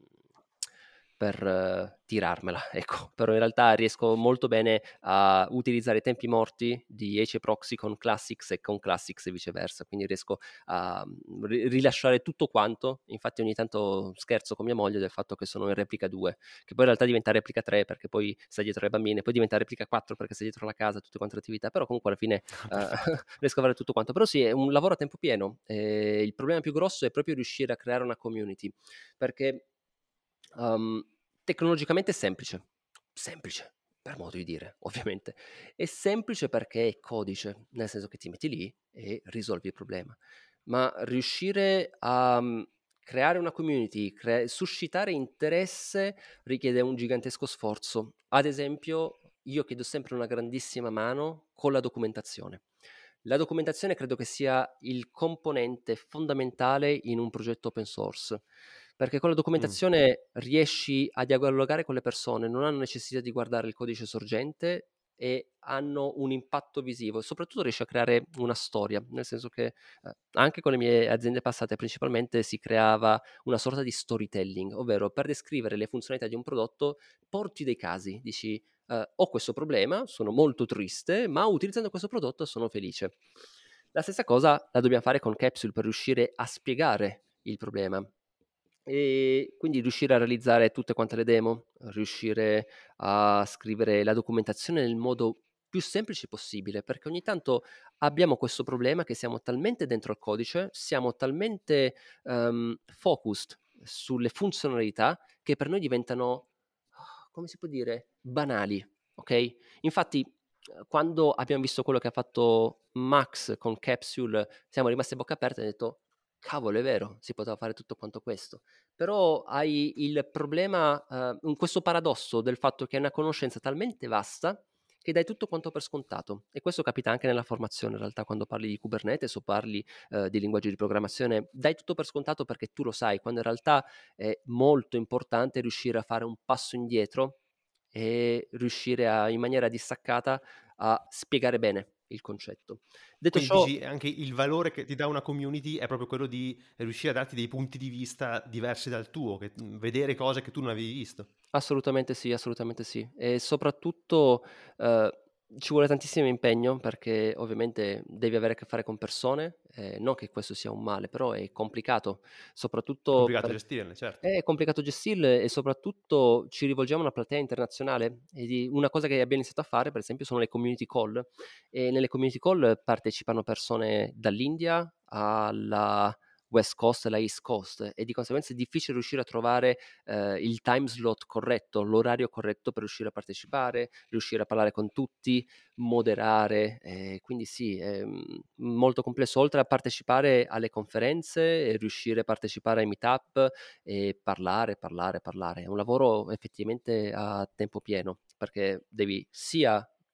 per eh, tirarmela, ecco, però in realtà riesco molto bene a utilizzare i tempi morti di Ace Proxy con Classics e con Classics e viceversa, quindi riesco a mm, ri- rilasciare tutto quanto. Infatti ogni tanto scherzo con mia moglie del fatto che sono in replica due, che poi in realtà diventa replica tre perché poi sta dietro le bambine, poi diventa replica quattro perché sta dietro la casa, tutte quante le attività, però comunque alla fine eh, riesco a fare tutto quanto. Però sì, è un lavoro a tempo pieno. Eh, il problema più grosso è proprio riuscire a creare una community, perché um, tecnologicamente è semplice, semplice per modo di dire, ovviamente. È semplice perché è codice, nel senso che ti metti lì e risolvi il problema. Ma riuscire a mm, creare una community, cre- suscitare interesse richiede un gigantesco sforzo. Ad esempio, io chiedo sempre una grandissima mano con la documentazione. La documentazione credo che sia il componente fondamentale in un progetto open source, perché con la Mm. documentazione riesci a dialogare con le persone, non hanno necessità di guardare il codice sorgente e hanno un impatto visivo, e soprattutto riesci a creare una storia, nel senso che eh, anche con le mie aziende passate principalmente si creava una sorta di storytelling, ovvero per descrivere le funzionalità di un prodotto porti dei casi, dici eh, ho questo problema, sono molto triste, ma utilizzando questo prodotto sono felice. La stessa cosa la dobbiamo fare con Capsule per riuscire a spiegare il problema. E quindi riuscire a realizzare tutte quante le demo, riuscire a scrivere la documentazione nel modo più semplice possibile, perché ogni tanto abbiamo questo problema che siamo talmente dentro al codice, siamo talmente um, focused sulle funzionalità che per noi diventano, come si può dire, banali, ok? Infatti, eh, quando abbiamo visto quello che ha fatto Max con Capsule, siamo rimasti a bocca aperta e abbiamo detto, cavolo, è vero, si poteva fare tutto quanto questo. Però hai il problema, eh, in questo paradosso del fatto che hai una conoscenza talmente vasta che dai tutto quanto per scontato. E questo capita anche nella formazione, in realtà, quando parli di Kubernetes o parli eh, di linguaggi di programmazione, dai tutto per scontato perché tu lo sai, quando in realtà è molto importante riuscire a fare un passo indietro e riuscire a, in maniera distaccata, a spiegare bene il concetto. Detto Quindi ciò, dici anche il valore che ti dà una community è proprio quello di riuscire a darti dei punti di vista diversi dal tuo, che- vedere cose che tu non avevi visto. assolutamente sì, assolutamente sì. E soprattutto eh, ci vuole tantissimo impegno, perché ovviamente devi avere a che fare con persone, eh, non che questo sia un male, però è complicato, È soprattutto complicato per... gestirle, certo. È complicato gestirle, e soprattutto ci rivolgiamo a una platea internazionale, e di- una cosa che abbiamo iniziato a fare per esempio sono le community call, e nelle community call partecipano persone dall'India alla West Coast e alla East Coast, e di conseguenza è difficile riuscire a trovare eh, il time slot corretto, l'orario corretto per riuscire a partecipare, riuscire a parlare con tutti, moderare, eh, quindi sì, è mm, molto complesso, oltre a partecipare alle conferenze e riuscire a partecipare ai meetup e parlare, parlare, parlare. È un lavoro effettivamente a tempo pieno, perché devi sia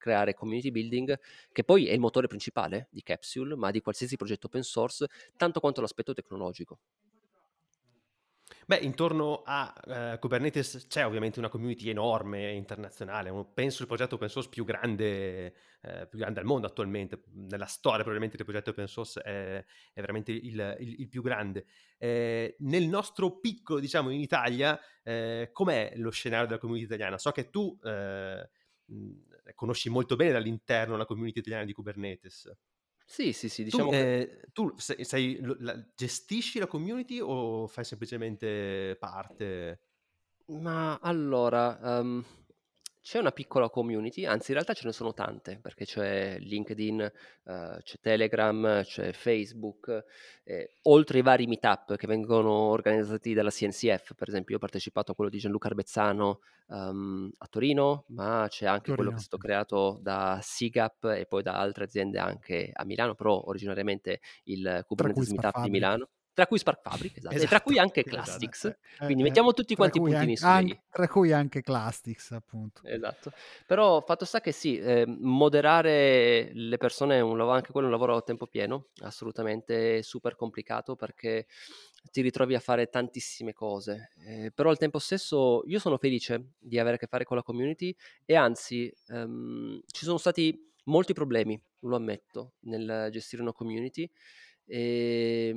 creare community building, che poi è il motore principale di Capsule, ma di qualsiasi progetto open source, tanto quanto l'aspetto tecnologico. Beh, intorno a eh, Kubernetes c'è ovviamente una community enorme internazionale, un- penso il progetto open source più grande, eh, più grande al mondo attualmente, nella storia probabilmente dei progetti open source è, è veramente il, il- il più grande. Eh, nel nostro piccolo, diciamo, in Italia, eh, com'è lo scenario della community italiana? So che tu eh, mh, conosci molto bene dall'interno la community italiana di Kubernetes. Sì, sì, sì, Tu, diciamo che eh, tu sei, sei- lo- la- gestisci la community o fai semplicemente parte? Ma allora, ehm, c'è una piccola community, anzi in realtà ce ne sono tante, perché c'è LinkedIn, eh, c'è Telegram, c'è Facebook, eh, oltre ai vari meetup che vengono organizzati dalla C N C F, per esempio io ho partecipato a quello di Gianluca Arbezzano ehm, a Torino, ma c'è anche quello che è Torino. stato creato da SIGAP e poi da altre aziende anche a Milano, però originariamente il Tra cui Kubernetes Spark Meetup di Fabric. Milano. Tra cui Spark Fabric, esatto, e tra cui Esatto, anche esatto. Eh, Classics. eh, eh, Quindi eh, mettiamo tutti tra quanti i cui puntini anche, sulle an- i. tra cui anche Classics, appunto. Esatto. Però fatto sta che sì, eh, moderare le persone è un lavoro, anche quello è un lavoro a tempo pieno, assolutamente super complicato perché ti ritrovi a fare tantissime cose. Eh, però al tempo stesso io sono felice di avere a che fare con la community e anzi ehm, ci sono stati molti problemi, lo ammetto, nel gestire una community. E,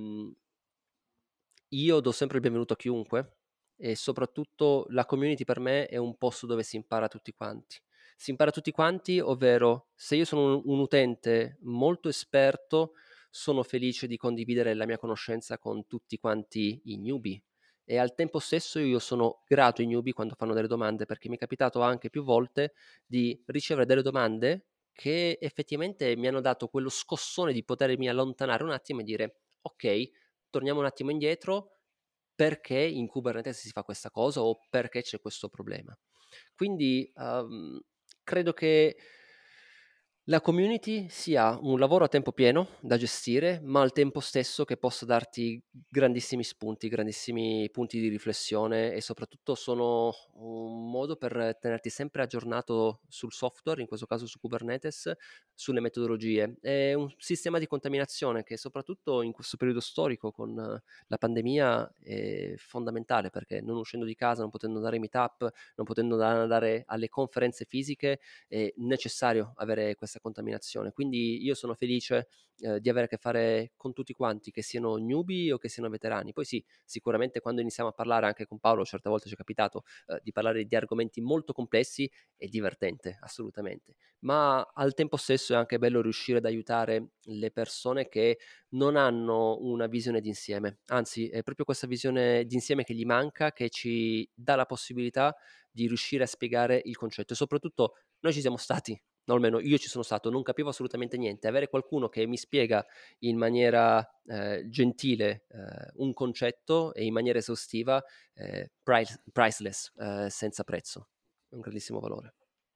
io do sempre il benvenuto a chiunque e soprattutto la community per me è un posto dove si impara tutti quanti. Si impara tutti quanti, ovvero se io sono un, un utente molto esperto, sono felice di condividere la mia conoscenza con tutti quanti i newbie. E al tempo stesso io sono grato ai newbie quando fanno delle domande, perché mi è capitato anche più volte di ricevere delle domande che effettivamente mi hanno dato quello scossone di potermi allontanare un attimo e dire ok, torniamo un attimo indietro, perché in Kubernetes si fa questa cosa o perché c'è questo problema. Quindi um, credo che la community sia un lavoro a tempo pieno da gestire, ma al tempo stesso che possa darti grandissimi spunti, grandissimi punti di riflessione e soprattutto sono un modo per tenerti sempre aggiornato sul software, in questo caso su Kubernetes, sulle metodologie. È un sistema di contaminazione che soprattutto in questo periodo storico con la pandemia è fondamentale perché non uscendo di casa, non potendo andare ai meetup, non potendo andare alle conferenze fisiche, è necessario avere questa contaminazione. Quindi io sono felice eh, di avere a che fare con tutti quanti, che siano newbie o che siano veterani. Poi sì, sicuramente quando iniziamo a parlare anche con Paolo, certe volte ci è capitato eh, di parlare di argomenti molto complessi, è divertente, assolutamente. Ma al tempo stesso è anche bello riuscire ad aiutare le persone che non hanno una visione d'insieme. Anzi, è proprio questa visione d'insieme che gli manca, che ci dà la possibilità di riuscire a spiegare il concetto. E soprattutto noi ci siamo stati, no, almeno io ci sono stato, non capivo assolutamente niente. Avere qualcuno che mi spiega in maniera eh, gentile eh, un concetto e in maniera esaustiva, eh, price, priceless, eh, senza prezzo. È un grandissimo valore.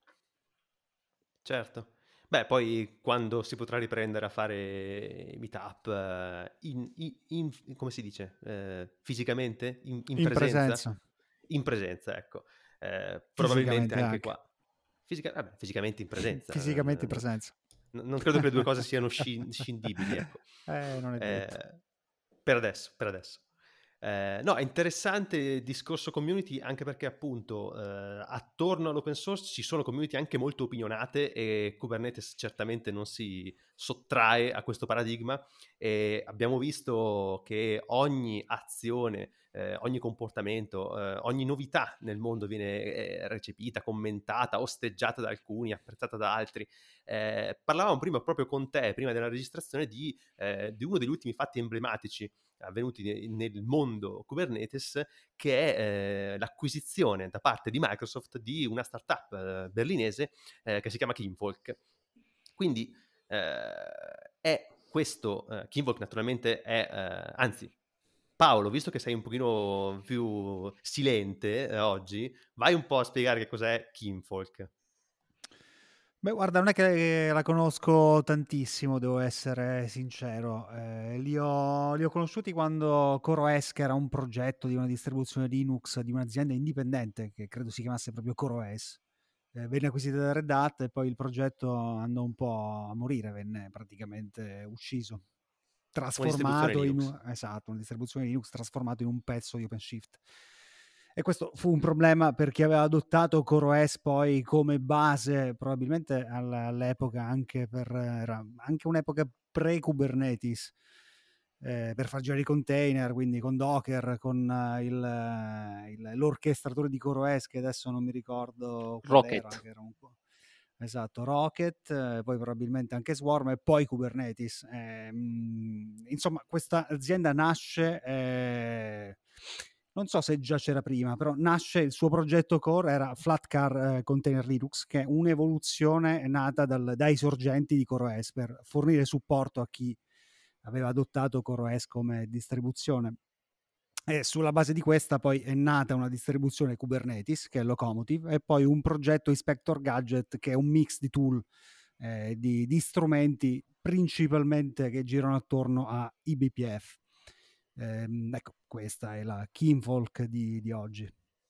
Certo. Beh, poi quando si potrà riprendere a fare meetup eh, in, in- in- come si dice? Eh, fisicamente? In, in In presenza? presenza, In presenza, ecco. Eh, probabilmente fisicamente anche anche. qua. Fisica- vabbè, fisicamente in presenza. Fisicamente in eh, presenza. n- non credo che le due cose siano sci- scindibili, ecco. Eh, non è detto. Eh, per adesso, per adesso. Eh, no, è interessante il discorso community anche perché appunto eh, attorno all'open source ci sono community anche molto opinionate e Kubernetes certamente non si sottrae a questo paradigma e abbiamo visto che ogni azione, eh, ogni comportamento, eh, ogni novità nel mondo viene eh, recepita, commentata, osteggiata da alcuni, apprezzata da altri. Eh, parlavamo prima proprio con te, prima della registrazione, di, eh, di uno degli ultimi fatti emblematici avvenuti nel mondo Kubernetes, che è eh, l'acquisizione da parte di Microsoft di una startup eh, berlinese eh, che si chiama Kinvolk. Quindi eh, è questo, eh, Kinvolk naturalmente è, eh, anzi, Paolo, visto che sei un pochino più silente eh, oggi, vai un po' a spiegare che cos'è Kinvolk. Beh, guarda, non è che la conosco tantissimo, devo essere sincero. Eh, li ho, li ho conosciuti quando CoreOS, che era un progetto di una distribuzione Linux di un'azienda indipendente che credo si chiamasse proprio CoreOS, eh, venne acquisita da Red Hat e poi il progetto andò un po' a morire, venne praticamente ucciso, Una distribuzione trasformato in Linux. un, esatto, una distribuzione Linux trasformato in un pezzo di OpenShift. E questo fu un problema per chi aveva adottato CoreOS poi come base, probabilmente all- all'epoca anche per era anche un'epoca pre-Kubernetes, eh, per far girare i container, quindi con Docker, con eh, il, eh, il- l'orchestratore di CoreOS che adesso non mi ricordo qual era, Rocket. che era un po'. Esatto, Rocket, eh, poi probabilmente anche Swarm e poi Kubernetes. Eh, mh, insomma, questa azienda nasce, eh, non so se già c'era prima, però nasce, il suo progetto core era Flatcar eh, Container Linux, che è un'evoluzione nata dal- dai sorgenti di CoreOS per fornire supporto a chi aveva adottato CoreOS come distribuzione. E sulla base di questa poi è nata una distribuzione Kubernetes, che è Locomotive, e poi un progetto Inspector Gadget, che è un mix di tool, eh, di, di strumenti principalmente che girano attorno a I B P F. Ehm, ecco, questa è la Kinvolk di, di oggi.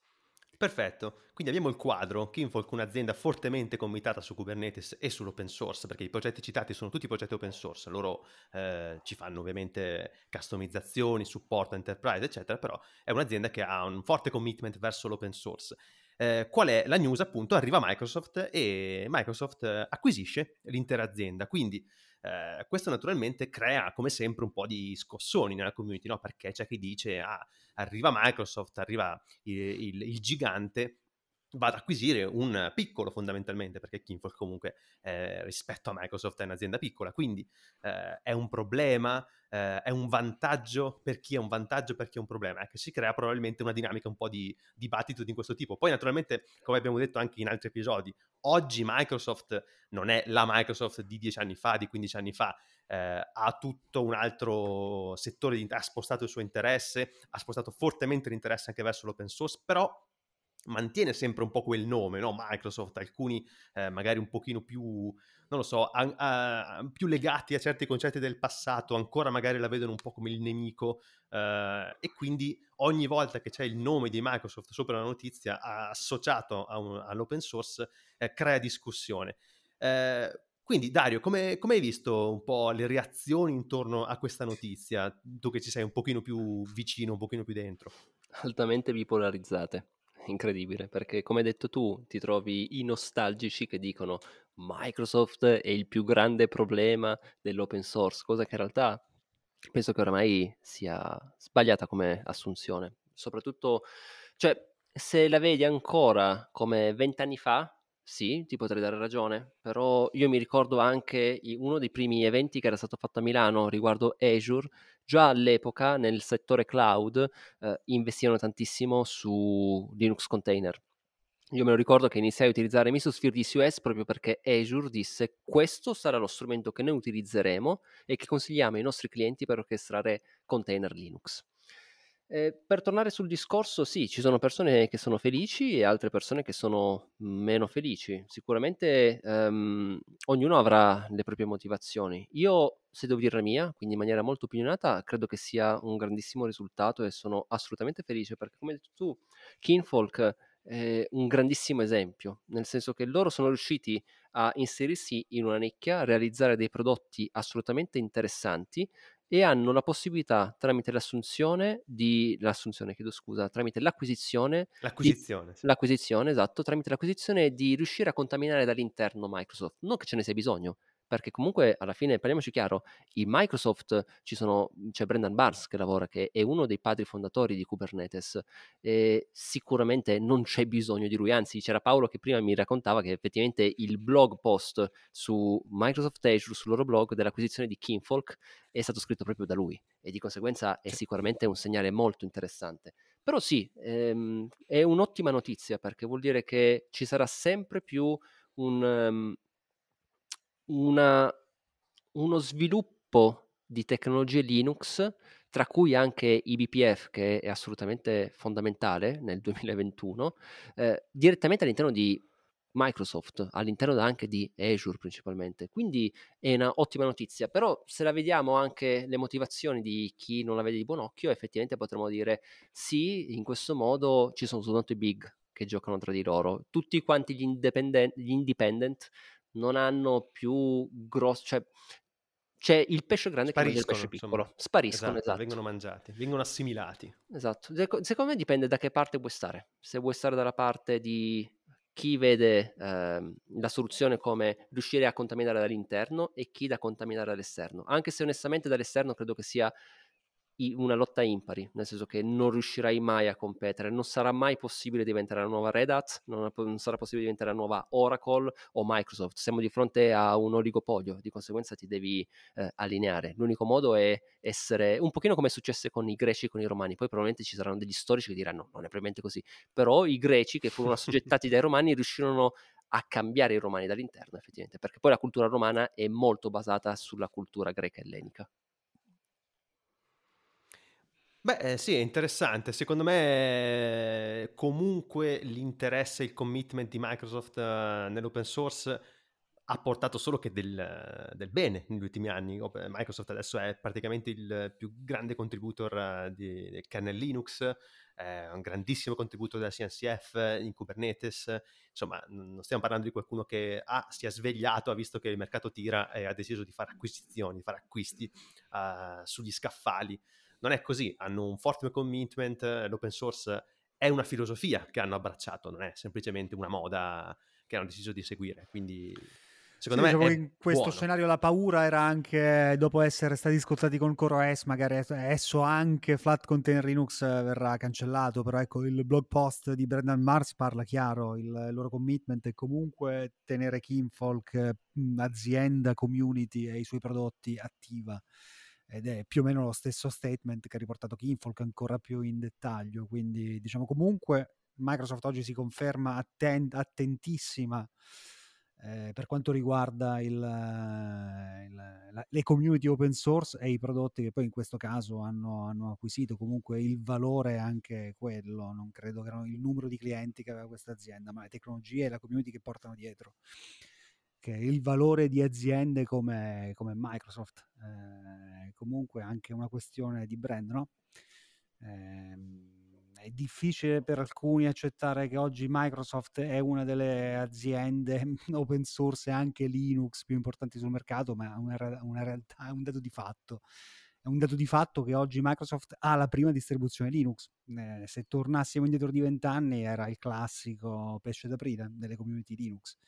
Perfetto, quindi abbiamo il quadro, Kinvolk, un'azienda fortemente committata su Kubernetes e sull'open source, perché i progetti citati sono tutti progetti open source, loro eh, ci fanno ovviamente customizzazioni, supporto enterprise, eccetera, però è un'azienda che ha un forte commitment verso l'open source. Eh, qual è la news? Appunto, arriva Microsoft e Microsoft eh, acquisisce l'intera azienda, quindi eh, questo naturalmente crea come sempre un po' di scossoni nella community, no? Perché c'è chi dice, ah, arriva Microsoft, arriva il, il, il gigante, va ad acquisire un piccolo fondamentalmente, perché Kinvolk comunque eh, rispetto a Microsoft è un'azienda piccola, quindi eh, è un problema, eh, è un vantaggio per chi è un vantaggio, per chi è un problema, è che si crea probabilmente una dinamica un po' di dibattito di questo tipo. Poi naturalmente, come abbiamo detto anche in altri episodi, oggi Microsoft non è la Microsoft di dieci anni fa, di quindici anni fa, eh, ha tutto un altro settore, di, ha spostato il suo interesse, ha spostato fortemente l'interesse anche verso l'open source, però mantiene sempre un po' quel nome, no? Microsoft, alcuni eh, magari un pochino più, non lo so, a, a, più legati a certi concetti del passato, ancora magari la vedono un po' come il nemico, eh, e quindi ogni volta che c'è il nome di Microsoft sopra la notizia associato a un, all'open source, eh, crea discussione. Eh, quindi Dario, come, come hai visto un po' le reazioni intorno a questa notizia, tu che ci sei un pochino più vicino, un pochino più dentro? Altamente bipolarizzate. Incredibile, perché come hai detto tu, ti trovi i nostalgici che dicono Microsoft è il più grande problema dell'open source, cosa che in realtà penso che oramai sia sbagliata come assunzione. Soprattutto, cioè, se la vedi ancora come vent'anni fa, sì, ti potrei dare ragione, però io mi ricordo anche i- uno dei primi eventi che era stato fatto a Milano riguardo Azure. Già all'epoca nel settore cloud eh, investivano tantissimo su Linux container. Io me lo ricordo che iniziai a utilizzare Mesosphere D C O S proprio perché Azure disse questo sarà lo strumento che noi utilizzeremo e che consigliamo ai nostri clienti per orchestrare container Linux. Eh, per tornare sul discorso, sì, ci sono persone che sono felici e altre persone che sono meno felici. Sicuramente ehm, ognuno avrà le proprie motivazioni. Io, se devo dire la mia, quindi in maniera molto opinionata, credo che sia un grandissimo risultato e sono assolutamente felice perché, come hai detto tu, Kinfolk è un grandissimo esempio, nel senso che loro sono riusciti a inserirsi in una nicchia, a realizzare dei prodotti assolutamente interessanti e hanno la possibilità tramite l'assunzione di l'assunzione, chiedo scusa, tramite l'acquisizione di L'acquisizione, sì. l'acquisizione, esatto, tramite l'acquisizione di riuscire a contaminare dall'interno Microsoft. Non che ce ne sia bisogno, perché comunque alla fine, parliamoci chiaro, in Microsoft ci sono, c'è Brendan Barnes che lavora, che è uno dei padri fondatori di Kubernetes, e sicuramente non c'è bisogno di lui, anzi c'era Paolo che prima mi raccontava che effettivamente il blog post su Microsoft Azure, sul loro blog, dell'acquisizione di Kinvolk è stato scritto proprio da lui e di conseguenza è Sì. sicuramente un segnale molto interessante. Però sì, ehm, è un'ottima notizia perché vuol dire che ci sarà sempre più un, um, una, uno sviluppo di tecnologie Linux, tra cui anche I B P F, che è assolutamente fondamentale nel duemilaventuno, eh, direttamente all'interno di Microsoft, all'interno anche di Azure principalmente. Quindi è una ottima notizia, però se la vediamo anche le motivazioni di chi non la vede di buon occhio, effettivamente potremmo dire sì, in questo modo ci sono soltanto i big che giocano tra di loro. Tutti quanti gli independent, gli independent non hanno più grosso, cioè c'è il pesce grande che mangia il pesce Spariscono, insomma. piccolo, spariscono, Esatto, esatto. vengono mangiati, vengono assimilati. Esatto. Seco- Secondo me dipende da che parte vuoi stare. Se vuoi stare dalla parte di chi vede ehm, la soluzione come riuscire a contaminare dall'interno e chi da contaminare dall'esterno. Anche se onestamente dall'esterno credo che sia i- una lotta impari, nel senso che non riuscirai mai a competere, non sarà mai possibile diventare la nuova Red Hat, non, non sarà possibile diventare la nuova Oracle o Microsoft. Siamo di fronte a un oligopolio, di conseguenza ti devi eh, allineare. L'unico modo è essere un pochino come è successo con i greci e con i romani. Poi probabilmente ci saranno degli storici che diranno non è probabilmente così, però i greci che furono assoggettati dai romani riuscirono a cambiare i romani dall'interno, effettivamente, perché poi la cultura romana è molto basata sulla cultura greca e ellenica. Beh, eh, sì, è interessante. Secondo me eh, comunque l'interesse e il commitment di Microsoft eh, nell'open source ha portato solo che del, del bene negli ultimi anni. Op- Microsoft adesso è praticamente il più grande contributor eh, di- del kernel Linux, è un grandissimo contributo della C N C F in Kubernetes. Insomma, n- non stiamo parlando di qualcuno che ah, si è svegliato, ha visto che il mercato tira e ha deciso di fare acquisizioni, di fare acquisti eh, sugli scaffali. Non è così, hanno un forte commitment, l'open source è una filosofia che hanno abbracciato, non è semplicemente una moda che hanno deciso di seguire, quindi Sì, secondo me diciamo che è in questo buono. scenario la paura era anche, dopo essere stati scottati con CoreOS, magari esso anche Flat Container Linux verrà cancellato, però ecco il blog post di Brendan Mars parla chiaro, il, il loro commitment è comunque tenere Kinfolk, azienda, community e i suoi prodotti attiva, ed è più o meno lo stesso statement che ha riportato Kinfolk ancora più in dettaglio, quindi diciamo comunque Microsoft oggi si conferma atten- attentissima eh, per quanto riguarda il, il, la, le community open source e i prodotti che poi in questo caso hanno, hanno acquisito. Comunque il valore è anche quello, non credo che erano il numero di clienti che aveva questa azienda, ma le tecnologie e la community che portano dietro, che è il valore di aziende come, come Microsoft. Eh, comunque anche una questione di brand, no? Eh, è difficile per alcuni accettare che oggi Microsoft è una delle aziende open source e anche Linux più importanti sul mercato, ma è una, una realtà, è un dato di fatto. È un dato di fatto che oggi Microsoft ha la prima distribuzione Linux. Eh, se tornassimo indietro di vent'anni era il classico pesce d'aprile delle community Linux.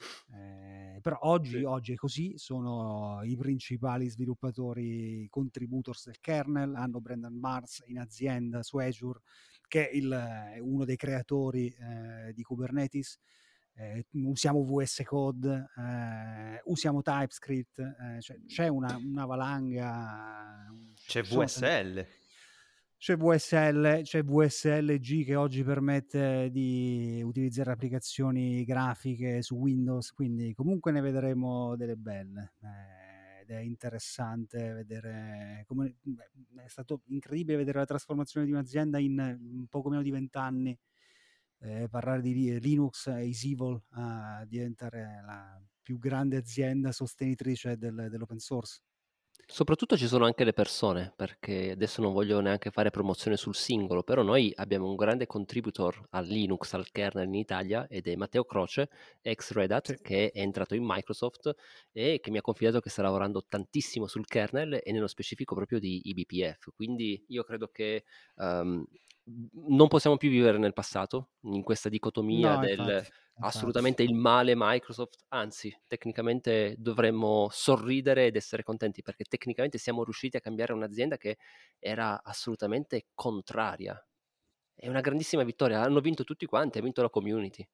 Eh, però oggi, Sì. oggi è così, sono i principali sviluppatori contributors del kernel, hanno Brendan Mars in azienda su Azure, che è il, uno dei creatori eh, di Kubernetes. Eh, usiamo V S Code, eh, usiamo TypeScript, eh, cioè, c'è una, una valanga, C'è sono, V S L. c'è V S L, c'è V S L G che oggi permette di utilizzare applicazioni grafiche su Windows, quindi comunque ne vedremo delle belle. Eh, ed è interessante vedere come beh, è stato incredibile vedere la trasformazione di un'azienda in poco meno di vent'anni, eh, parlare di Linux e Easyvol a diventare la più grande azienda sostenitrice del, dell'open source. Soprattutto ci sono anche le persone, perché adesso non voglio neanche fare promozione sul singolo, però noi abbiamo un grande contributor al Linux, al kernel in Italia, ed è Matteo Croce, ex Red Hat, Sì. che è entrato in Microsoft e che mi ha confidato che sta lavorando tantissimo sul kernel e nello specifico proprio di I B P F. Quindi io credo che um, non possiamo più vivere nel passato, in questa dicotomia No, del infatti, assolutamente infatti. il male Microsoft, anzi, tecnicamente dovremmo sorridere ed essere contenti perché tecnicamente siamo riusciti a cambiare un'azienda che era assolutamente contraria. È una grandissima vittoria, hanno vinto tutti quanti, ha vinto la community.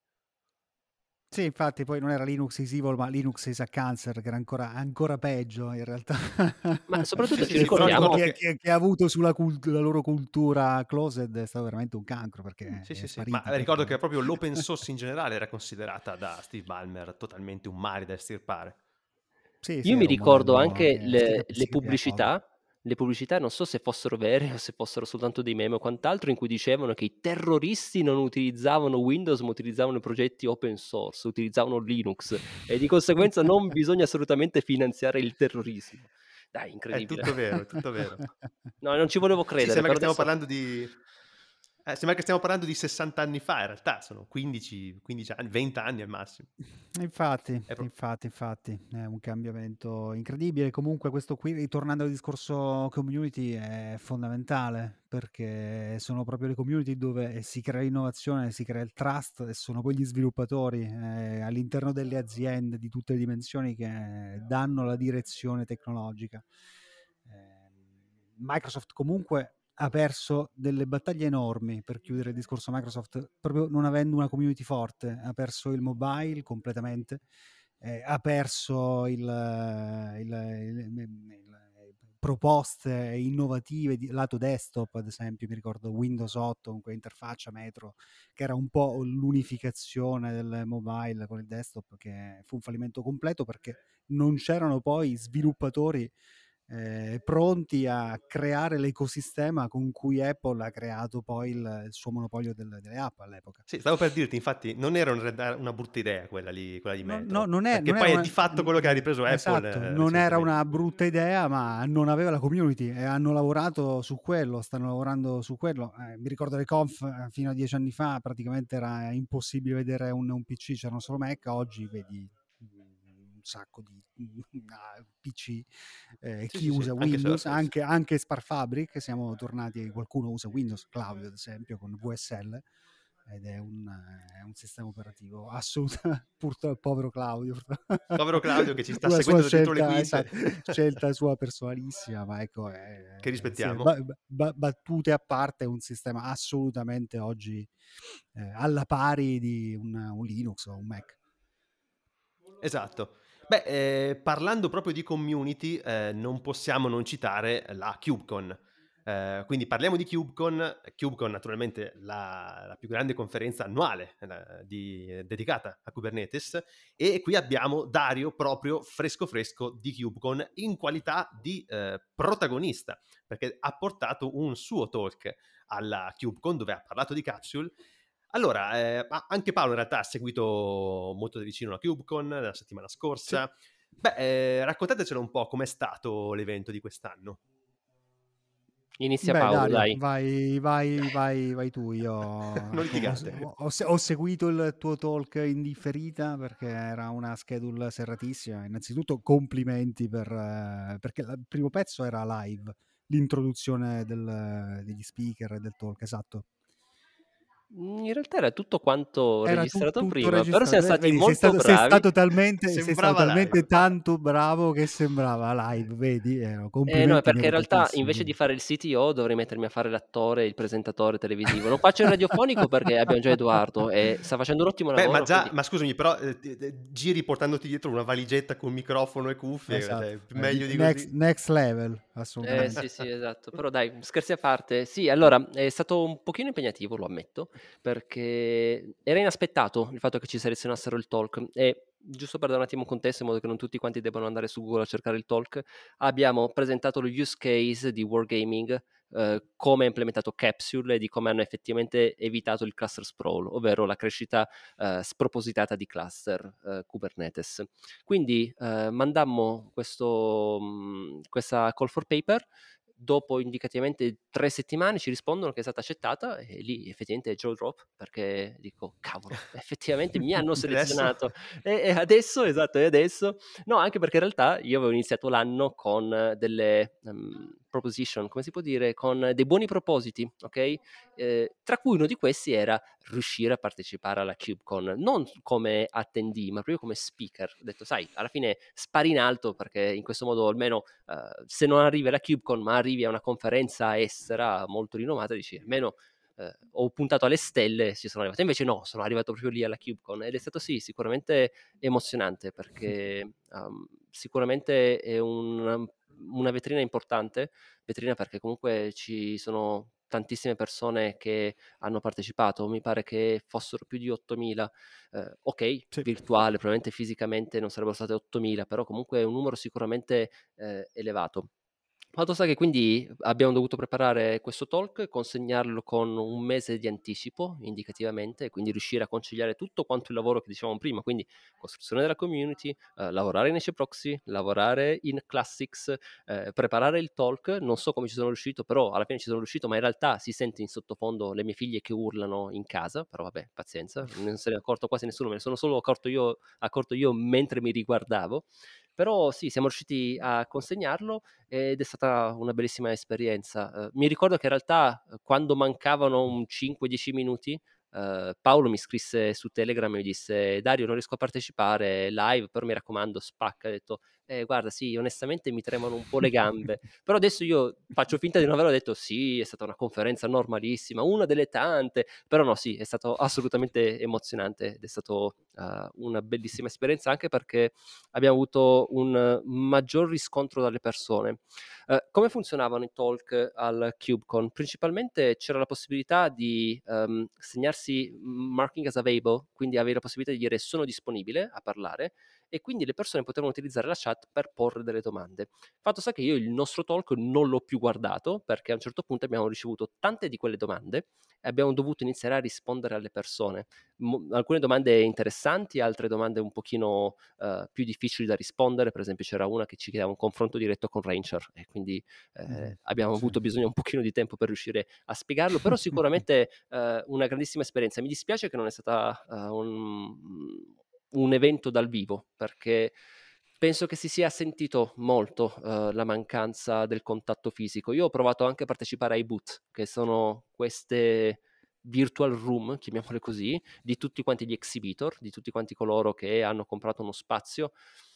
Sì, infatti poi non era Linux is evil, ma Linux is a cancer, che era ancora, ancora peggio in realtà. Ma soprattutto Sì, ci sì, sì, però Quello ricordiamo... ricordo che, che... che- che ha avuto sulla cult- la loro cultura closed è stato veramente un cancro, perché Sì, è sì, sì, ma sparita ricordo che praticamente. proprio l'open source in generale era considerata da Steve Ballmer totalmente un male da estirpare. Sì, sì, Io mi era un ricordo modello anche che si, le, cap- le si capiva poco. pubblicità, le pubblicità non so se fossero vere o se fossero soltanto dei meme o quant'altro, in cui dicevano che i terroristi non utilizzavano Windows ma utilizzavano i progetti open source, utilizzavano Linux e di conseguenza non bisogna assolutamente finanziare il terrorismo. Dai, È incredibile. tutto vero, è tutto vero. No, non ci volevo Sì, credere, sembra che però stiamo adesso... parlando di... Eh, sembra che stiamo parlando di sessanta anni fa, in realtà sono quindici, quindici anni, venti anni al massimo. Infatti, È pro- infatti, infatti, è un cambiamento incredibile. Comunque questo qui, ritornando al discorso community, è fondamentale perché sono proprio le community dove si crea l'innovazione, si crea il trust e sono poi gli sviluppatori eh, all'interno delle aziende di tutte le dimensioni che danno la direzione tecnologica. Eh, Microsoft comunque ha perso delle battaglie enormi, per chiudere il discorso Microsoft, proprio non avendo una community forte. Ha perso il mobile completamente, eh, ha perso il, il, il, il proposte innovative di lato desktop, ad esempio mi ricordo Windows otto con quell'interfaccia Metro che era un po' l'unificazione del mobile con il desktop, che fu un fallimento completo perché non c'erano poi sviluppatori eh, pronti a creare l'ecosistema con cui Apple ha creato poi il, il suo monopolio del, delle app all'epoca. Sì, stavo per dirti, infatti, non era una, una brutta idea quella lì, quella di No, Metro, no, non è, perché non era poi è una, di fatto quello che ha ripreso Apple esatto, eh, non era recentemente. una brutta idea, ma non aveva la community e hanno lavorato su quello, stanno lavorando su quello. Eh, mi ricordo le conf eh, fino a dieci anni fa, praticamente era impossibile vedere un, un P C, c'erano solo Mac, oggi vedi un sacco di P C, eh, Sì, chi sì, sì, usa anche Windows, Surface. anche, anche Spark Fabric, siamo tornati, qualcuno usa Windows, Claudio ad esempio con V S L, ed è un, è un sistema operativo assolutamente, purtroppo povero Claudio, Povero Claudio che ci sta una sua seguendo da dietro le scelta, quinte, esatto, scelta sua personalissima, ma ecco, è, che è, sì, rispettiamo. ba- ba- battute a parte, è un sistema assolutamente oggi eh, alla pari di un, un Linux o un Mac. Esatto. Beh, eh, parlando proprio di community, eh, non possiamo non citare la KubeCon. Eh, quindi parliamo di KubeCon, KubeCon naturalmente la, la più grande conferenza annuale eh, di, dedicata a Kubernetes, e qui abbiamo Dario proprio fresco fresco di KubeCon in qualità di eh, protagonista, perché ha portato un suo talk alla KubeCon dove ha parlato di Capsule. Allora, eh, anche Paolo in realtà ha seguito molto da vicino la KubeCon la settimana Sì. scorsa. Beh, eh, raccontatecelo un po' com'è stato l'evento di quest'anno. Inizia Beh, Paolo, Dario, dai. vai, vai, vai, vai tu. Io Non ecco, ho, litigate. ho- ho seguito il tuo talk in differita perché era una schedule serratissima. Innanzitutto complimenti per, eh, perché il primo pezzo era live, l'introduzione del- degli speaker e del talk, esatto. Mm, In realtà era tutto quanto Era tu- registrato tutto prima, però siamo registrato. Eh, stati vedi, sei molto stato, sei bravi. stato talmente, sei stato Sembrava talmente live. tanto bravo che sembrava live, vedi? Eh, Eh no, è complimenti perché in realtà meritatissimi. invece di Quindi. fare il C T O dovrei mettermi a fare l'attore, il presentatore televisivo. Non faccio il radiofonico perché abbiamo già Edoardo e sta facendo un ottimo Beh, ma lavoro, già, quindi ma scusami, però eh, ti- ti- giri portandoti dietro una valigetta con microfono e cuffie, Esatto, cioè, eh, meglio di next, così. next level, Eh assolutamente. sì, sì, esatto. Però dai, scherzi a parte. Sì, allora è stato un pochino impegnativo, lo ammetto, perché era inaspettato il fatto che ci selezionassero il talk. E giusto per dare un attimo un contesto, in modo che non tutti quanti debbano andare su Google a cercare il talk, abbiamo presentato lo use case di Wargaming, eh, come ha implementato Capsule e di come hanno effettivamente evitato il cluster sprawl, ovvero la crescita eh, spropositata di cluster eh, Kubernetes. Quindi eh, mandammo questo, mh, questa call for paper, dopo indicativamente tre settimane ci rispondono che è stata accettata e lì effettivamente è jaw drop, perché dico cavolo, effettivamente mi hanno Adesso? selezionato e, e adesso, esatto, e adesso no, anche perché in realtà io avevo iniziato l'anno con delle um, proposition, come si può dire, con dei buoni propositi, ok? Eh, tra cui uno di questi era riuscire a partecipare alla KubeCon, non come attendee, ma proprio come speaker. Ho detto, sai, alla fine spari in alto, perché in questo modo almeno uh, se non arrivi alla KubeCon, ma arrivi a una conferenza estera molto rinomata, dici, almeno uh, ho puntato alle stelle, ci sono arrivato. Invece no, sono arrivato proprio lì alla KubeCon ed è stato sì, sicuramente emozionante, perché um, sicuramente è un, una vetrina importante, vetrina perché comunque ci sono tantissime persone che hanno partecipato, mi pare che fossero più di ottomila, eh, ok, Sì. virtuale, probabilmente fisicamente non sarebbero state ottomila, però comunque è un numero sicuramente eh, elevato. Fatto sta che quindi abbiamo dovuto preparare questo talk, consegnarlo con un mese di anticipo indicativamente, e quindi riuscire a conciliare tutto quanto il lavoro che dicevamo prima, quindi costruzione della community, eh, lavorare in Esce Proxy, lavorare in Classics, eh, preparare il talk. Non so come ci sono riuscito, però alla fine ci sono riuscito, ma in realtà si sente in sottofondo le mie figlie che urlano in casa, però vabbè, pazienza, non se ne è accorto quasi nessuno, me ne sono solo accorto io, accorto io mentre mi riguardavo. Però sì, siamo riusciti a consegnarlo ed è stata una bellissima esperienza. Uh, mi ricordo che in realtà quando mancavano un cinque dieci minuti, uh, Paolo mi scrisse su Telegram e mi disse: Dario, non riesco a partecipare live, però mi raccomando, spacca. Ha detto: eh, guarda, sì, onestamente mi tremano un po' le gambe, però adesso io faccio finta di non averlo detto. Sì, è stata una conferenza normalissima, una delle tante, però no, sì, è stato assolutamente emozionante ed è stato uh, una bellissima esperienza, anche perché abbiamo avuto un maggior riscontro dalle persone. Uh, come funzionavano i talk al KubeCon? Principalmente c'era la possibilità di um, segnarsi marking as available, quindi avere la possibilità di dire sono disponibile a parlare, e quindi le persone potevano utilizzare la chat per porre delle domande. Fatto sta che io il nostro talk non l'ho più guardato, perché a un certo punto abbiamo ricevuto tante di quelle domande e abbiamo dovuto iniziare a rispondere alle persone. Mo- alcune domande interessanti, altre domande un pochino uh, più difficili da rispondere. Per esempio c'era una che ci chiedeva un confronto diretto con Ranger, e quindi eh, mm-hmm. abbiamo sì. avuto bisogno un pochino di tempo per riuscire a spiegarlo, però sicuramente uh, una grandissima esperienza. Mi dispiace che non è stata uh, un, un evento dal vivo, perché penso che si sia sentito molto uh, la mancanza del contatto fisico. Io ho provato anche a partecipare ai boot, che sono queste virtual room, chiamiamole così, di tutti quanti gli exhibitor, di tutti quanti coloro che hanno comprato uno spazio,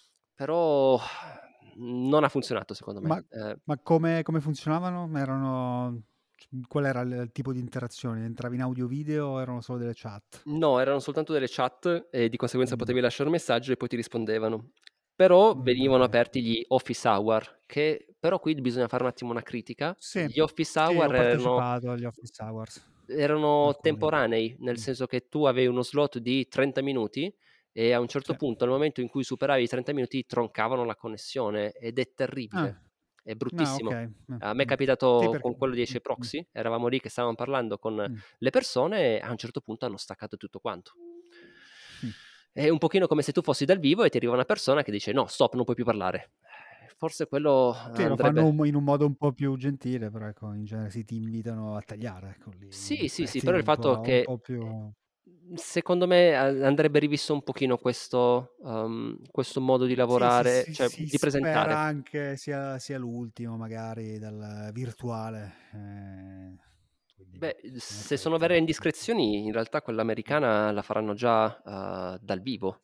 però non ha funzionato secondo me. Ma, eh, ma come, come funzionavano? Erano... Qual era il tipo di interazione? Entravi in audio video o erano solo delle chat? No, erano soltanto delle chat e di conseguenza mm. potevi lasciare un messaggio e poi ti rispondevano. Però mm, venivano okay. aperti gli office hour, che però qui bisogna fare un attimo una critica. Sì, gli office hour sì, ho erano, partecipato agli office hours. erano Alcuni. temporanei, nel mm. senso che tu avevi uno slot di trenta minuti e a un certo sì. punto, nel momento in cui superavi i trenta minuti, troncavano la connessione, ed è terribile. Ah. È bruttissimo. Ah, okay. A me è capitato sì, perché... con quello di Esce Proxy, eravamo lì che stavamo parlando con mm. le persone e a un certo punto hanno staccato tutto quanto. Mm. È un pochino come se tu fossi dal vivo e ti arriva una persona che dice no, stop, non puoi più parlare. Forse quello sì, andrebbe... lo fanno in un modo un po' più gentile, però ecco, in genere si ti invitano a tagliare. Ecco, lì, sì, sì, sì, però il fatto che... un po' più... secondo me andrebbe rivisto un pochino questo, um, questo modo di lavorare, sì, sì, cioè si di presentare. Spera anche sia, sia l'ultimo magari dal virtuale. Eh, Beh, se sono vere indiscrezioni, in realtà quella americana la faranno già uh, dal vivo.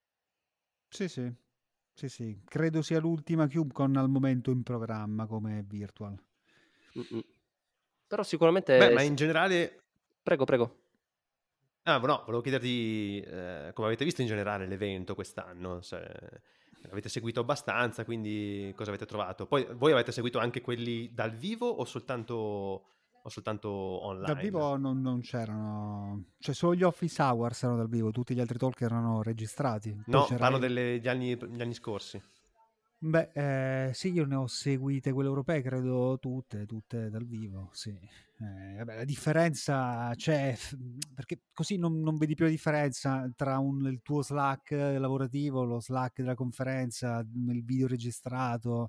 Sì, sì, sì, sì, credo sia l'ultima KubeCon al momento in programma come virtual. Mm-mm. Però sicuramente... Beh, ma in generale... Prego, prego. Ah, no, volevo chiederti eh, come avete visto in generale l'evento quest'anno, se l'avete seguito abbastanza, quindi cosa avete trovato? Poi voi avete seguito anche quelli dal vivo o soltanto, o soltanto online? Dal vivo non, non c'erano, cioè solo gli office hours erano dal vivo, tutti gli altri talk erano registrati. Poi no, c'era parlo il... degli anni, gli anni scorsi. Beh, eh, sì, io ne ho seguite quelle europee, credo tutte, tutte dal vivo, sì. Eh, vabbè, la differenza c'è, perché così non, non vedi più la differenza tra un, il tuo Slack lavorativo, lo Slack della conferenza, il video registrato.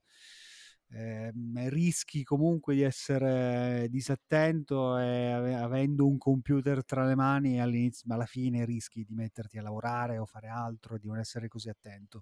Eh, rischi comunque di essere disattento e avendo un computer tra le mani all'inizio, ma alla fine rischi di metterti a lavorare o fare altro e di non essere così attento.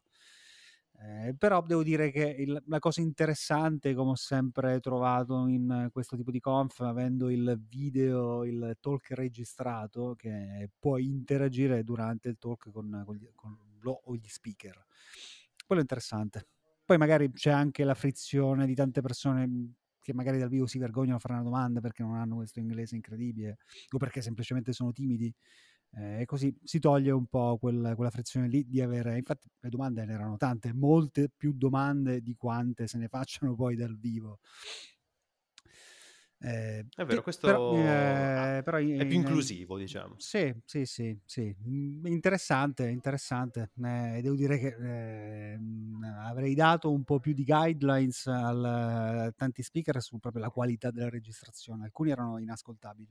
Eh, però devo dire che il, la cosa interessante, come ho sempre trovato in questo tipo di conf, avendo il video, il talk registrato, che puoi interagire durante il talk con, con, gli, con lo o gli speaker, quello è interessante. Poi magari c'è anche la frizione di tante persone che magari dal vivo si vergognano a fare una domanda perché non hanno questo inglese incredibile o perché semplicemente sono timidi. Eh, e così si toglie un po' quel, quella frizione lì di avere, infatti le domande ne erano tante, molte più domande di quante se ne facciano poi dal vivo. Eh, È vero, sì, però, questo ah, eh, però in- è più in- inclusivo, diciamo. sì, sì, sì, sì. Mm, interessante, interessante. Eh, devo dire che eh, mm, avrei dato un po' più di guidelines al- a tanti speaker su proprio la qualità della registrazione. Alcuni erano inascoltabili.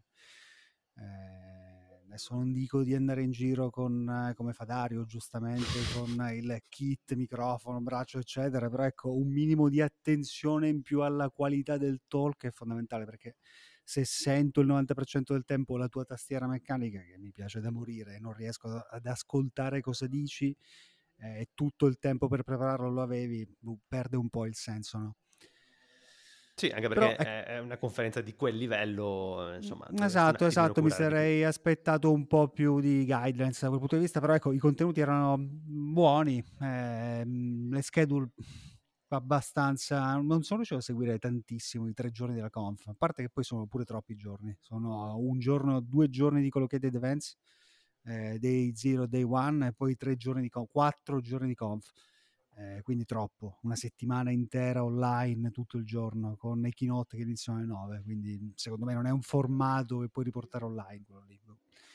Eh, adesso non dico di andare in giro con, eh, come fa Dario, giustamente, con il kit, microfono, braccio, eccetera, però ecco, un minimo di attenzione in più alla qualità del talk è fondamentale, perché se sento il novanta per cento del tempo la tua tastiera meccanica, che mi piace da morire, e non riesco a- ad ascoltare cosa dici, eh, e tutto il tempo per prepararlo lo avevi, boh, perde un po' il senso, no? Sì, anche Però perché ecco, è è una conferenza di quel livello, eh, insomma, Mm, dovresti un esatto, attimino esatto, mi curare di più. sarei aspettato un po' più di guidelines da quel punto di vista, però ecco, i contenuti erano buoni, ehm, le schedule abbastanza, non sono riuscito a seguire tantissimo i tre giorni della conf, a parte che poi sono pure troppi giorni, sono un giorno, due giorni di collocated events, eh, day zero, day one, e poi tre giorni di conf, quattro giorni di conf. Eh, quindi troppo, una settimana intera online tutto il giorno con i keynote che iniziano alle nove, quindi secondo me non è un formato che puoi riportare online quello lì.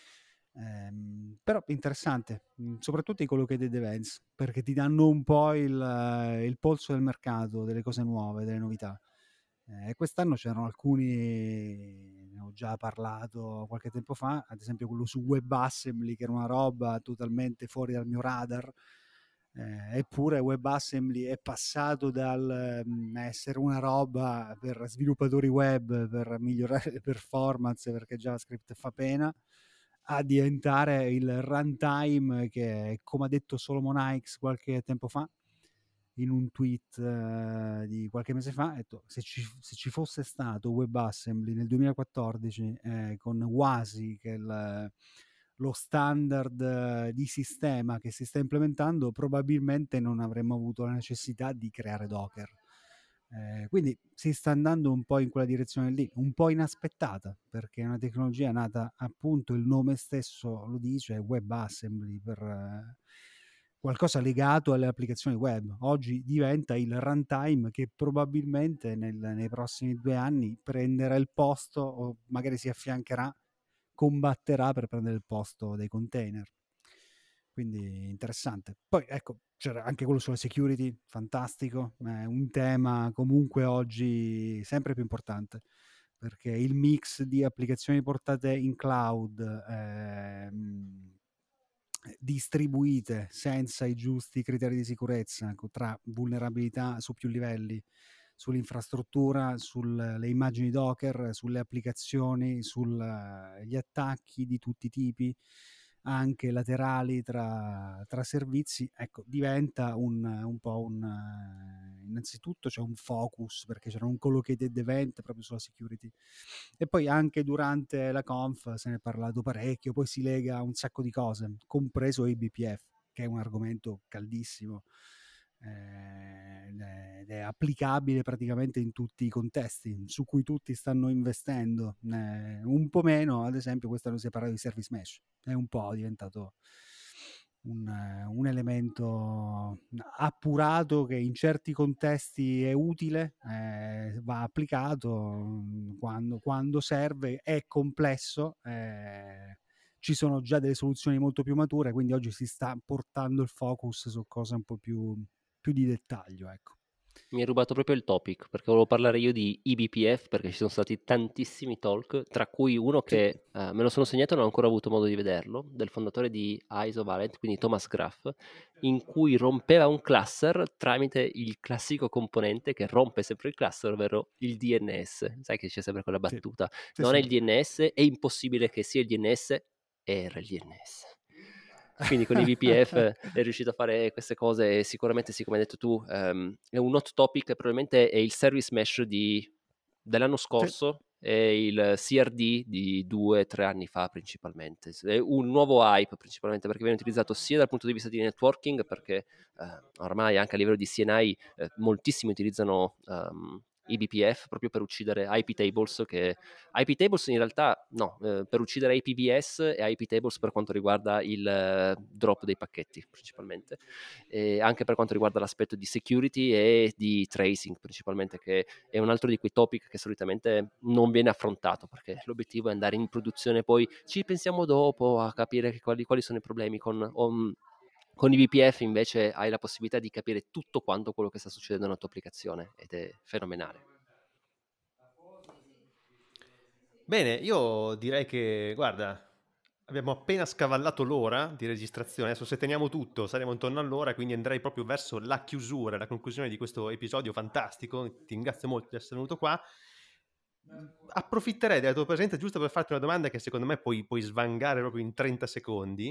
Ehm, però interessante, mh, soprattutto i collocated events, perché ti danno un po' il, eh, il polso del mercato, delle cose nuove, delle novità. Eh, quest'anno c'erano alcuni, ne ho già parlato qualche tempo fa, ad esempio quello su WebAssembly, che era una roba totalmente fuori dal mio radar. Eh, eppure WebAssembly è passato dal mm, essere una roba per sviluppatori web per migliorare le performance, perché JavaScript fa pena, a diventare il runtime che, come ha detto Solomon Hykes qualche tempo fa in un tweet eh, di qualche mese fa, ha detto, se ci, se ci fosse stato WebAssembly nel duemilaquattordici eh, con WASI, che è il, lo standard eh, di sistema che si sta implementando, probabilmente non avremmo avuto la necessità di creare Docker. Eh, quindi si sta andando un po' in quella direzione lì, un po' inaspettata, perché è una tecnologia nata, appunto, il nome stesso lo dice, WebAssembly, per eh, qualcosa legato alle applicazioni web. Oggi diventa il runtime che probabilmente nel, nei prossimi due anni prenderà il posto, o magari si affiancherà, combatterà per prendere il posto dei container. Quindi interessante. Poi ecco, c'era anche quello sulla security, fantastico, è un tema comunque oggi sempre più importante, perché il mix di applicazioni portate in cloud, ehm, distribuite senza i giusti criteri di sicurezza, tra vulnerabilità su più livelli, sull'infrastruttura, sulle immagini Docker, sulle applicazioni, sugli attacchi di tutti i tipi, anche laterali tra, tra servizi, ecco, diventa un, un po' un... innanzitutto c'è un focus, perché c'era un collocated event proprio sulla security, e poi anche durante la conf se ne è parlato parecchio, poi si lega a un sacco di cose, compreso i B P F, che è un argomento caldissimo, eh, ed è applicabile praticamente in tutti i contesti su cui tutti stanno investendo, eh, un po' meno, ad esempio quest'anno si è parlato di service mesh, è un po' diventato un, un elemento appurato che in certi contesti è utile, eh, va applicato quando, quando serve, è complesso, eh, ci sono già delle soluzioni molto più mature, quindi oggi si sta portando il focus su cose un po' più, più di dettaglio, ecco. Mi hai rubato proprio il topic, perché volevo parlare io di I B P F, perché ci sono stati tantissimi talk, tra cui uno Sì, che eh, me lo sono segnato e non ho ancora avuto modo di vederlo, del fondatore di Isovalent, quindi Thomas Graff, in cui rompeva un cluster tramite il classico componente che rompe sempre il cluster, ovvero il D N S. Sai che c'è sempre quella sì, battuta, sì, non è sì. il D N S, è impossibile che sia il D N S, era il D N S. Quindi con i V P F è riuscito a fare queste cose e sicuramente sì, come hai detto tu, um, è un hot topic, probabilmente è il service mesh di, dell'anno Sì. scorso e il C R D di due o tre anni fa principalmente. È un nuovo hype principalmente perché viene utilizzato sia dal punto di vista di networking, perché uh, ormai anche a livello di C N I uh, moltissimi utilizzano um, i B P F proprio per uccidere I P tables, che I P tables in realtà no, eh, per uccidere I P v S e I P tables per quanto riguarda il eh, drop dei pacchetti principalmente, e anche per quanto riguarda l'aspetto di security e di tracing principalmente, che è un altro di quei topic che solitamente non viene affrontato, perché l'obiettivo è andare in produzione, poi ci pensiamo dopo a capire che quali, quali sono i problemi. Con, um, con i V P F invece hai la possibilità di capire tutto quanto quello che sta succedendo nella tua applicazione ed è fenomenale. Bene, io direi che, guarda, abbiamo appena scavallato l'ora di registrazione. Adesso se teniamo tutto saremo intorno all'ora, quindi andrei proprio verso la chiusura, la conclusione di questo episodio fantastico. Ti ringrazio molto di essere venuto qua. Approfitterei della tua presenza giusto per farti una domanda che secondo me puoi, puoi svangare proprio in trenta secondi,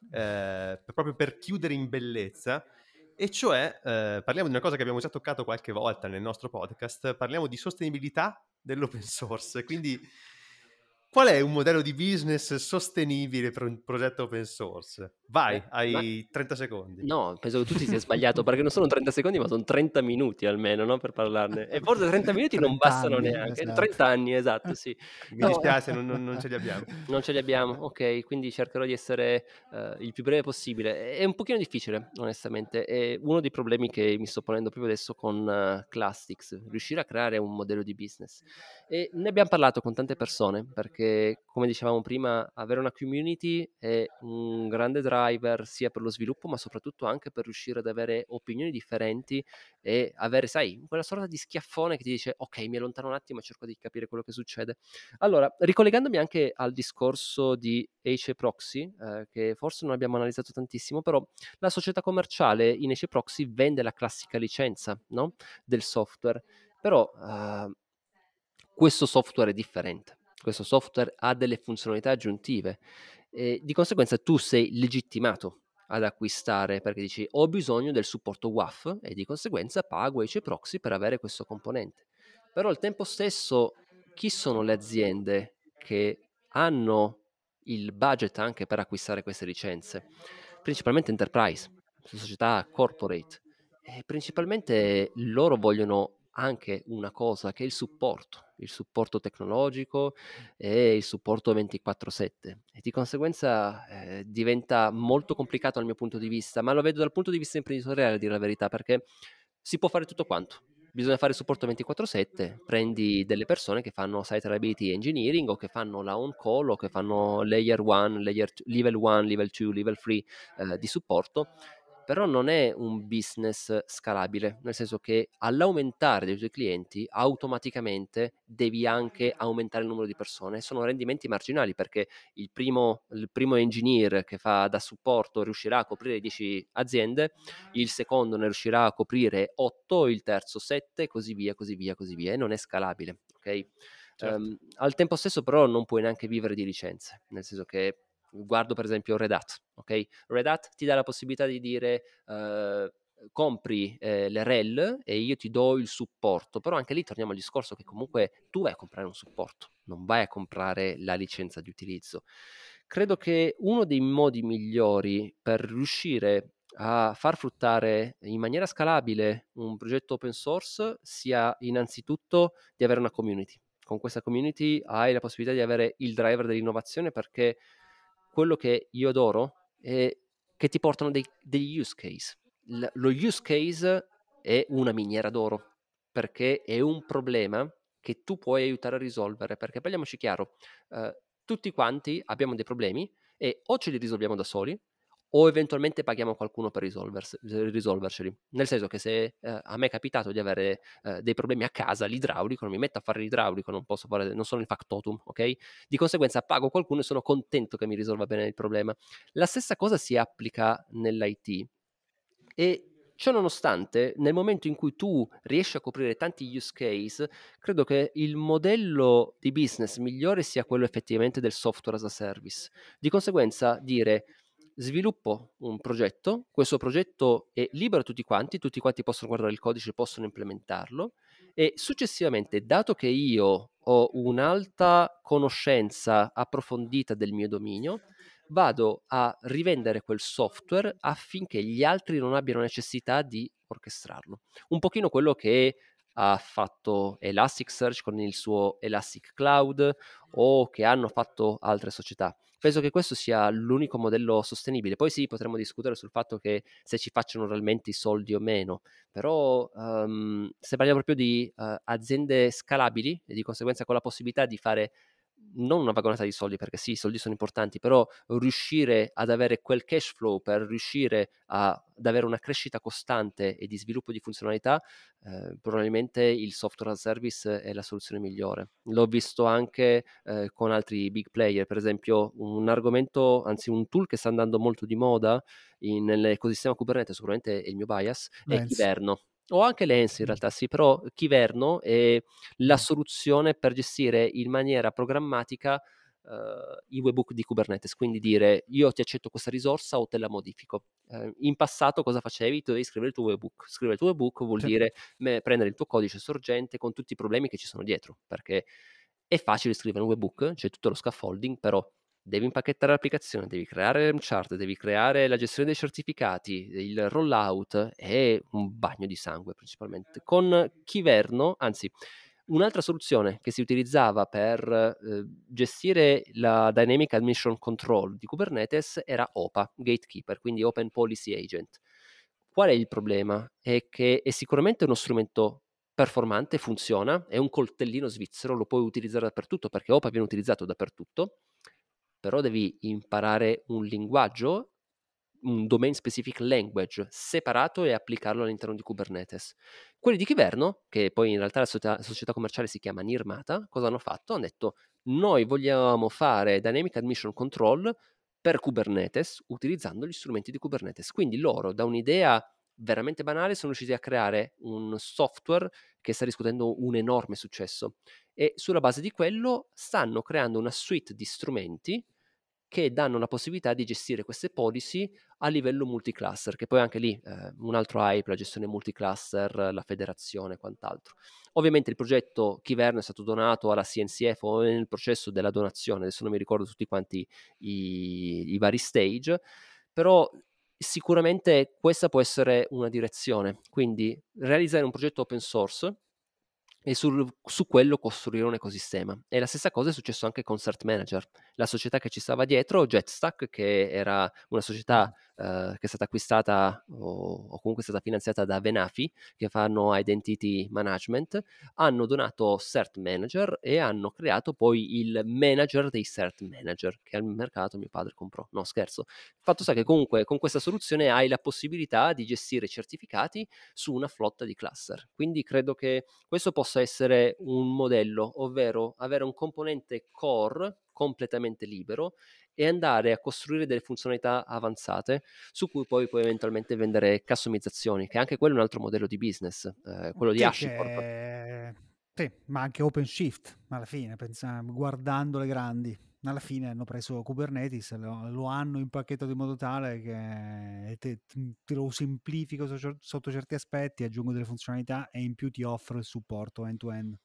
eh, proprio per chiudere in bellezza. E cioè, eh, parliamo di una cosa che abbiamo già toccato qualche volta nel nostro podcast, parliamo di sostenibilità dell'open source. Quindi, qual è un modello di business sostenibile per un progetto open source? Vai, Beh, hai trenta secondi. No, penso che tu ti sia sbagliato, perché non sono trenta secondi, ma sono trenta minuti almeno, no, per parlarne. E forse trenta minuti non trenta bastano anni, neanche. esatto. trenta anni, esatto, sì. Mi No, dispiace, non, non- non ce li abbiamo. Non ce li abbiamo, ok, quindi cercherò di essere eh, il più breve possibile. È un pochino difficile, onestamente. È uno dei problemi che mi sto ponendo proprio adesso con uh, Classix, riuscire a creare un modello di business. E ne abbiamo parlato con tante persone, perché come dicevamo prima, avere una community è un grande driver sia per lo sviluppo, ma soprattutto anche per riuscire ad avere opinioni differenti e avere, sai, quella sorta di schiaffone che ti dice ok, mi allontano un attimo e cerco di capire quello che succede. Allora, ricollegandomi anche al discorso di Ace Proxy, eh, che forse non abbiamo analizzato tantissimo, però la società commerciale in Ace Proxy vende la classica licenza, no? Del software, però eh, questo software è differente, questo software ha delle funzionalità aggiuntive e di conseguenza tu sei legittimato ad acquistare, perché dici ho bisogno del supporto W A F e di conseguenza pago Ace Proxy per avere questo componente. Però al tempo stesso chi sono le aziende che hanno il budget anche per acquistare queste licenze? Principalmente enterprise, società corporate. E principalmente loro vogliono anche una cosa che è il supporto, il supporto tecnologico e il supporto ventiquattro sette e di conseguenza eh, diventa molto complicato dal mio punto di vista, ma lo vedo dal punto di vista imprenditoriale a dire la verità, perché si può fare tutto quanto. Bisogna fare supporto ventiquattro sette, prendi delle persone che fanno site reliability engineering o che fanno la on call o che fanno layer uno, layer two, level uno, level due, level tre eh, di supporto, però non è un business scalabile, nel senso che all'aumentare dei tuoi clienti automaticamente devi anche aumentare il numero di persone. Sono rendimenti marginali perché il primo, il primo engineer che fa da supporto riuscirà a coprire dieci aziende, il secondo ne riuscirà a coprire otto, il terzo sette, così via, così via, così via, e non è scalabile, ok? Certo. Um, al tempo stesso però non puoi neanche vivere di licenze, nel senso che guardo per esempio Red Hat, ok? Red Hat ti dà la possibilità di dire uh, compri eh, le R E L e io ti do il supporto, però anche lì torniamo al discorso che comunque tu vai a comprare un supporto, non vai a comprare la licenza di utilizzo. Credo che uno dei modi migliori per riuscire a far fruttare in maniera scalabile un progetto open source sia innanzitutto di avere una community. Con questa community hai la possibilità di avere il driver dell'innovazione, perché quello che io adoro è che ti portano dei, degli use case. L- lo use case è una miniera d'oro, perché è un problema che tu puoi aiutare a risolvere, perché parliamoci chiaro, eh, tutti quanti abbiamo dei problemi e o ce li risolviamo da soli o eventualmente paghiamo qualcuno per risolvers- risolverceli. Nel senso che se eh, a me è capitato di avere eh, dei problemi a casa, l'idraulico, non mi metto a fare l'idraulico, non posso fare, non sono il factotum, ok? Di conseguenza pago qualcuno e sono contento che mi risolva bene il problema. La stessa cosa si applica nell'I T e ciò nonostante, nel momento in cui tu riesci a coprire tanti use case, credo che il modello di business migliore sia quello effettivamente del software as a service. Di conseguenza dire sviluppo un progetto, questo progetto è libero a tutti quanti, tutti quanti possono guardare il codice, possono implementarlo e successivamente, dato che io ho un'alta conoscenza approfondita del mio dominio, vado a rivendere quel software affinché gli altri non abbiano necessità di orchestrarlo. Un pochino quello che ha fatto Elasticsearch con il suo Elastic Cloud o che hanno fatto altre società. Penso che questo sia l'unico modello sostenibile. Poi sì, potremmo discutere sul fatto che se ci facciano realmente i soldi o meno, però um, se parliamo proprio di uh, aziende scalabili e di conseguenza con la possibilità di fare non una vagonata di soldi, perché sì, i soldi sono importanti, però riuscire ad avere quel cash flow per riuscire a, ad avere una crescita costante e di sviluppo di funzionalità, eh, probabilmente il software as a service è la soluzione migliore. L'ho visto anche eh, con altri big player, per esempio un argomento, anzi un tool che sta andando molto di moda in, nell'ecosistema Kubernetes, sicuramente è il mio bias, è Lens. Kyverno. O anche Lens in realtà, sì, però Kyverno è la Mm. soluzione per gestire in maniera programmatica uh, i webhook di Kubernetes, quindi dire io ti accetto questa risorsa o te la modifico. Uh, in passato cosa facevi? Tu dovevi scrivere il tuo webhook. Scrivere il tuo webhook vuol Sì. dire me, prendere il tuo codice sorgente con tutti i problemi che ci sono dietro, perché è facile scrivere un webhook, c'è tutto lo scaffolding, però devi impacchettare l'applicazione, devi creare un chart, devi creare la gestione dei certificati, il rollout, è un bagno di sangue principalmente. Con Kyverno, anzi, un'altra soluzione che si utilizzava per eh, gestire la Dynamic Admission Control di Kubernetes era O P A, Gatekeeper, quindi Open Policy Agent. Qual è il problema? È che è sicuramente uno strumento performante, funziona, è un coltellino svizzero, lo puoi utilizzare dappertutto perché O P A viene utilizzato dappertutto, però devi imparare un linguaggio, un domain specific language separato e applicarlo all'interno di Kubernetes. Quelli di Kyverno, che poi in realtà la società, la società commerciale si chiama Nirmata, cosa hanno fatto? Hanno detto noi vogliamo fare Dynamic Admission Control per Kubernetes utilizzando gli strumenti di Kubernetes. Quindi loro da un'idea veramente banale sono riusciti a creare un software che sta riscuotendo un enorme successo e sulla base di quello stanno creando una suite di strumenti che danno la possibilità di gestire queste policy a livello multicluster, che poi anche lì eh, un altro hype, la gestione multicluster, la federazione e quant'altro. Ovviamente il progetto Kyverno è stato donato alla C N C F o nel processo della donazione, adesso non mi ricordo tutti quanti i, i vari stage, però sicuramente questa può essere una direzione, quindi realizzare un progetto open source e sul, su quello costruire un ecosistema. E la stessa cosa è successo anche con Cert Manager, la società che ci stava dietro, Jetstack, che era una società eh, che è stata acquistata o, o comunque è stata finanziata da Venafi, che fanno identity management, hanno donato Cert Manager e hanno creato poi il manager dei Cert Manager, che al mercato mio padre comprò. No, scherzo. Fatto sta che comunque con questa soluzione hai la possibilità di gestire certificati su una flotta di cluster. Quindi credo che questo possa essere un modello, ovvero avere un componente core completamente libero e andare a costruire delle funzionalità avanzate su cui poi puoi eventualmente vendere customizzazioni, che anche quello è un altro modello di business, eh, quello di Sì, HashiCorp. che... sì, ma anche OpenShift alla fine, pensa, guardando le grandi, alla fine hanno preso Kubernetes, lo, lo hanno impacchettato in modo tale che te, te lo semplifico so, sotto certi aspetti, aggiungo delle funzionalità e in più ti offro il supporto end-to-end.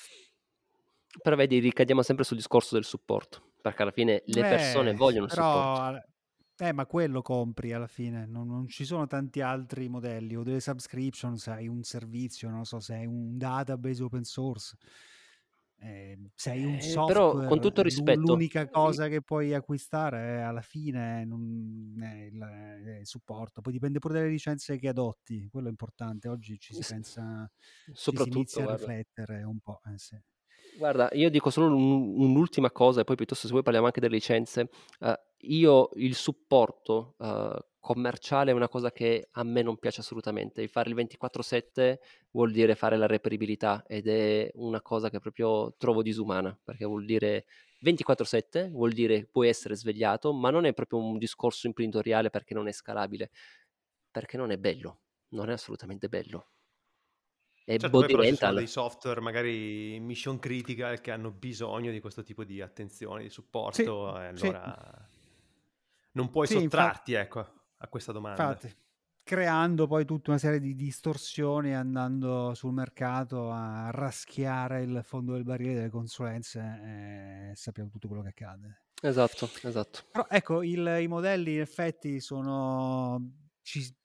Però vedi, ricadiamo sempre sul discorso del supporto, perché alla fine le persone Eh, vogliono il però, supporto. eh, ma quello compri alla fine, non, non ci sono tanti altri modelli o delle subscription, se hai un servizio, non so, se hai un database open source, eh, se hai un Eh, però con tutto software, l'u- rispetto, l'unica cosa che puoi acquistare è, alla fine non è il, è il supporto, poi dipende pure dalle licenze che adotti, quello è importante, oggi ci si pensa, ci si soprattutto, inizia a guarda. riflettere un po', eh, sì. Guarda, io dico solo un- un'ultima cosa e poi piuttosto se vuoi parliamo anche delle licenze. Eh, io il supporto eh, commerciale è una cosa che a me non piace assolutamente. Il fare il ventiquattro sette vuol dire fare la reperibilità ed è una cosa che proprio trovo disumana, perché vuol dire ventiquattro sette, vuol dire puoi essere svegliato, ma non è proprio un discorso imprenditoriale perché non è scalabile, perché non è bello, non è assolutamente bello. E Certo, poi però ci sono Bodimental. dei software magari mission critical che hanno bisogno di questo tipo di attenzione, di Sì, supporto, e sì, allora non puoi sì, infatti. sottrarti, ecco, a questa domanda. Infatti, creando poi tutta una serie di distorsioni, andando sul mercato a raschiare il fondo del barile delle consulenze, e sappiamo tutto quello che accade. Esatto, esatto. Però ecco, il, i modelli in effetti sono, ci,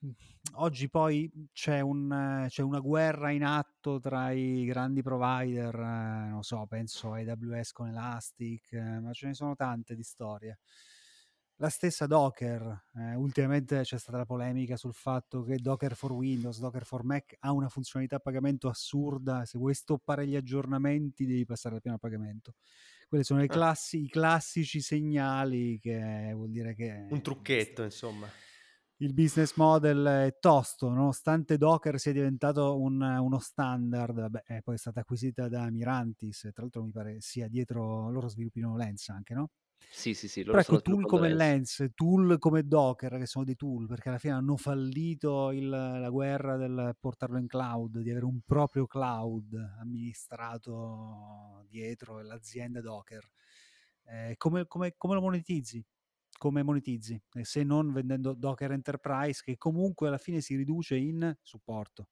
oggi poi c'è, un, c'è una guerra in atto tra i grandi provider, eh, non so, penso a A W S con Elastic, eh, ma ce ne sono tante di storie. La stessa Docker, eh, ultimamente c'è stata la polemica sul fatto che Docker for Windows, Docker for Mac ha una funzionalità a pagamento assurda, se vuoi stoppare gli aggiornamenti devi passare al piano a pagamento. Quelli sono i, classi, i classici segnali che vuol dire che... Un trucchetto, insomma. Il business model è tosto, nonostante Docker sia diventato un, uno standard, vabbè, è poi stata acquisita da Mirantis, tra l'altro mi pare sia dietro, loro sviluppino Lens anche, no? Sì, sì, sì, Però loro ecco, stanno tool sviluppando come Lens. Lens, tool come Docker, che sono dei tool, perché alla fine hanno fallito il, la guerra del portarlo in cloud, di avere un proprio cloud amministrato dietro l'azienda Docker. Eh, come, come, come lo monetizzi? Come monetizzi? E se non vendendo Docker Enterprise, che comunque alla fine si riduce in supporto.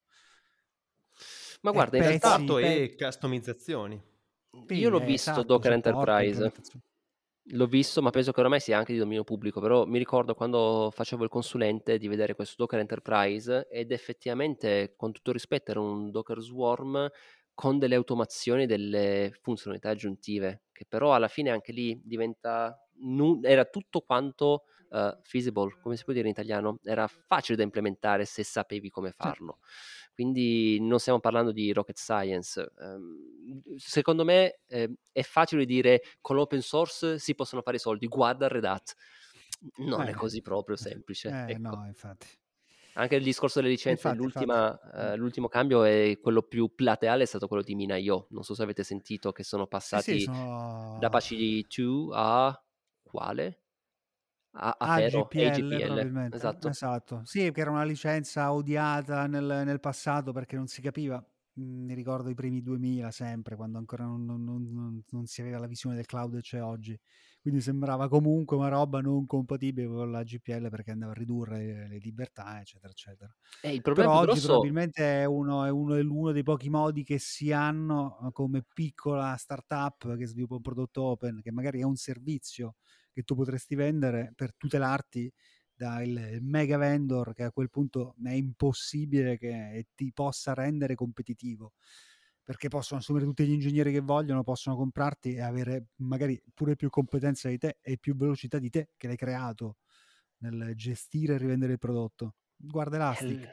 Ma E guarda, in pezzi, realtà Supporto pe- e customizzazioni. io sì, l'ho eh, visto esatto, Docker supporto, Enterprise. implementazione. L'ho visto, ma penso che ormai sia anche di dominio pubblico, però mi ricordo quando facevo il consulente di vedere questo Docker Enterprise ed effettivamente, con tutto rispetto, era un Docker Swarm con delle automazioni, delle funzionalità aggiuntive, che però alla fine anche lì diventa... nu- era tutto quanto uh, feasible, come si può dire in italiano? Era facile da implementare se sapevi come Sì. farlo. Quindi non stiamo parlando di rocket science. Um, secondo me eh, è facile dire con l'open source si possono fare i soldi, guarda Red Hat. Non Eh, è così proprio semplice. eh Ecco. no, infatti. Anche il discorso delle licenze, Infatti, infatti. l'ultima, eh, l'ultimo cambio è quello più plateale, è stato quello di Mina.io. Non so se avete sentito che sono Sì, sì, passati da sono Apache due a quale? A, a Fero, A G P L A G P L, probabilmente, esatto. esatto. Sì, che era una licenza odiata nel, nel passato perché non si capiva. Mm, Mi ricordo i primi duemila sempre, quando ancora non, non- non- non- non si aveva la visione del cloud che c'è oggi. Quindi sembrava comunque una roba non compatibile con la G P L perché andava a ridurre le, le libertà, eccetera, eccetera. E il problema Però più oggi grosso... probabilmente è uno, è uno, è uno dei pochi modi che si hanno eh, come piccola startup che sviluppa un prodotto open, che magari è un servizio che tu potresti vendere per tutelarti dal mega vendor che a quel punto è impossibile che ti possa rendere competitivo, perché possono assumere tutti gli ingegneri che vogliono, possono comprarti e avere magari pure più competenza di te e più velocità di te che l'hai creato nel gestire e rivendere il prodotto. Guarda Elastic.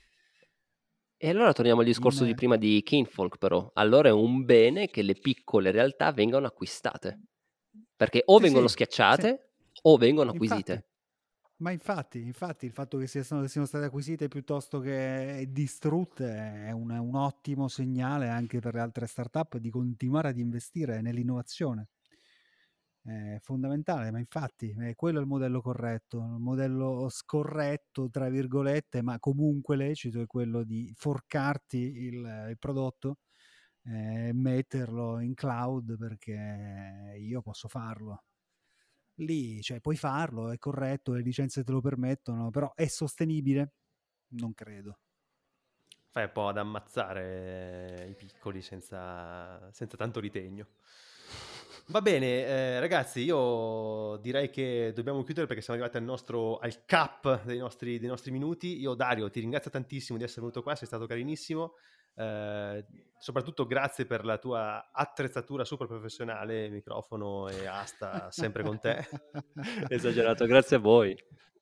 E allora torniamo al discorso In, di prima di Kinfolk, però. Allora è un bene che le piccole realtà vengano acquistate. Perché o sì, vengono sì, sì. schiacciate o vengono Infatti, acquisite. ma infatti, infatti il fatto che siano, siano state acquisite piuttosto che distrutte è un, un ottimo segnale anche per le altre startup di continuare ad investire nell'innovazione. È fondamentale, ma infatti è quello il modello corretto. Il modello scorretto, tra virgolette, ma comunque lecito, è quello di forcarti il, il prodotto e metterlo in cloud perché io posso farlo. Lì, cioè, puoi farlo, è corretto, le licenze te lo permettono, però è sostenibile? Non credo. Fai un po' ad ammazzare i piccoli senza, senza tanto ritegno. Va bene, eh, ragazzi, io direi che dobbiamo chiudere perché siamo arrivati al nostro al cap dei nostri, dei nostri minuti. Io, Dario, ti ringrazio tantissimo di essere venuto qua, sei stato carinissimo. Eh, soprattutto grazie per la tua attrezzatura super professionale, microfono e asta sempre con te. Esagerato, grazie a voi.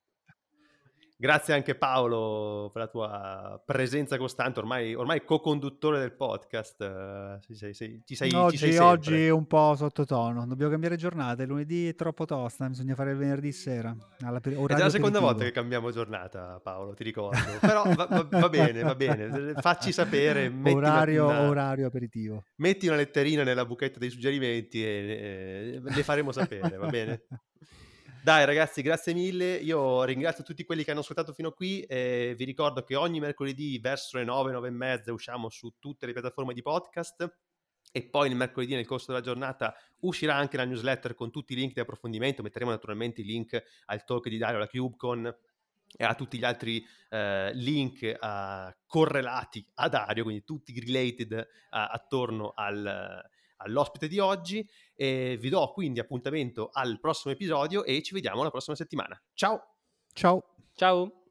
Grazie anche Paolo per la tua presenza costante, ormai, ormai co-conduttore del podcast, eh, ci sei, sei- ci sei, ci sei Oggi, sempre. oggi un po' sottotono, dobbiamo cambiare giornata, il lunedì è troppo tosta, bisogna fare il venerdì sera, È già all'orario la seconda volta aperitivo. che cambiamo giornata, Paolo, ti ricordo. Però va, va- va bene, va bene. Facci sapere, metti una, Orario, una- orario aperitivo. metti una letterina nella buchetta dei suggerimenti e eh, le faremo sapere, va bene? Dai ragazzi, grazie mille. Io ringrazio tutti quelli che hanno ascoltato fino a qui e vi ricordo che ogni mercoledì verso le nove, nove e mezza usciamo su tutte le piattaforme di podcast. E poi il mercoledì nel corso della giornata uscirà anche la newsletter con tutti i link di approfondimento, metteremo naturalmente i link al talk di Dario, alla KubeCon e a tutti gli altri eh, link eh, correlati a Dario, quindi tutti related eh, attorno al, all'ospite di oggi, e vi do quindi appuntamento al prossimo episodio e ci vediamo la prossima settimana. Ciao! Ciao! Ciao!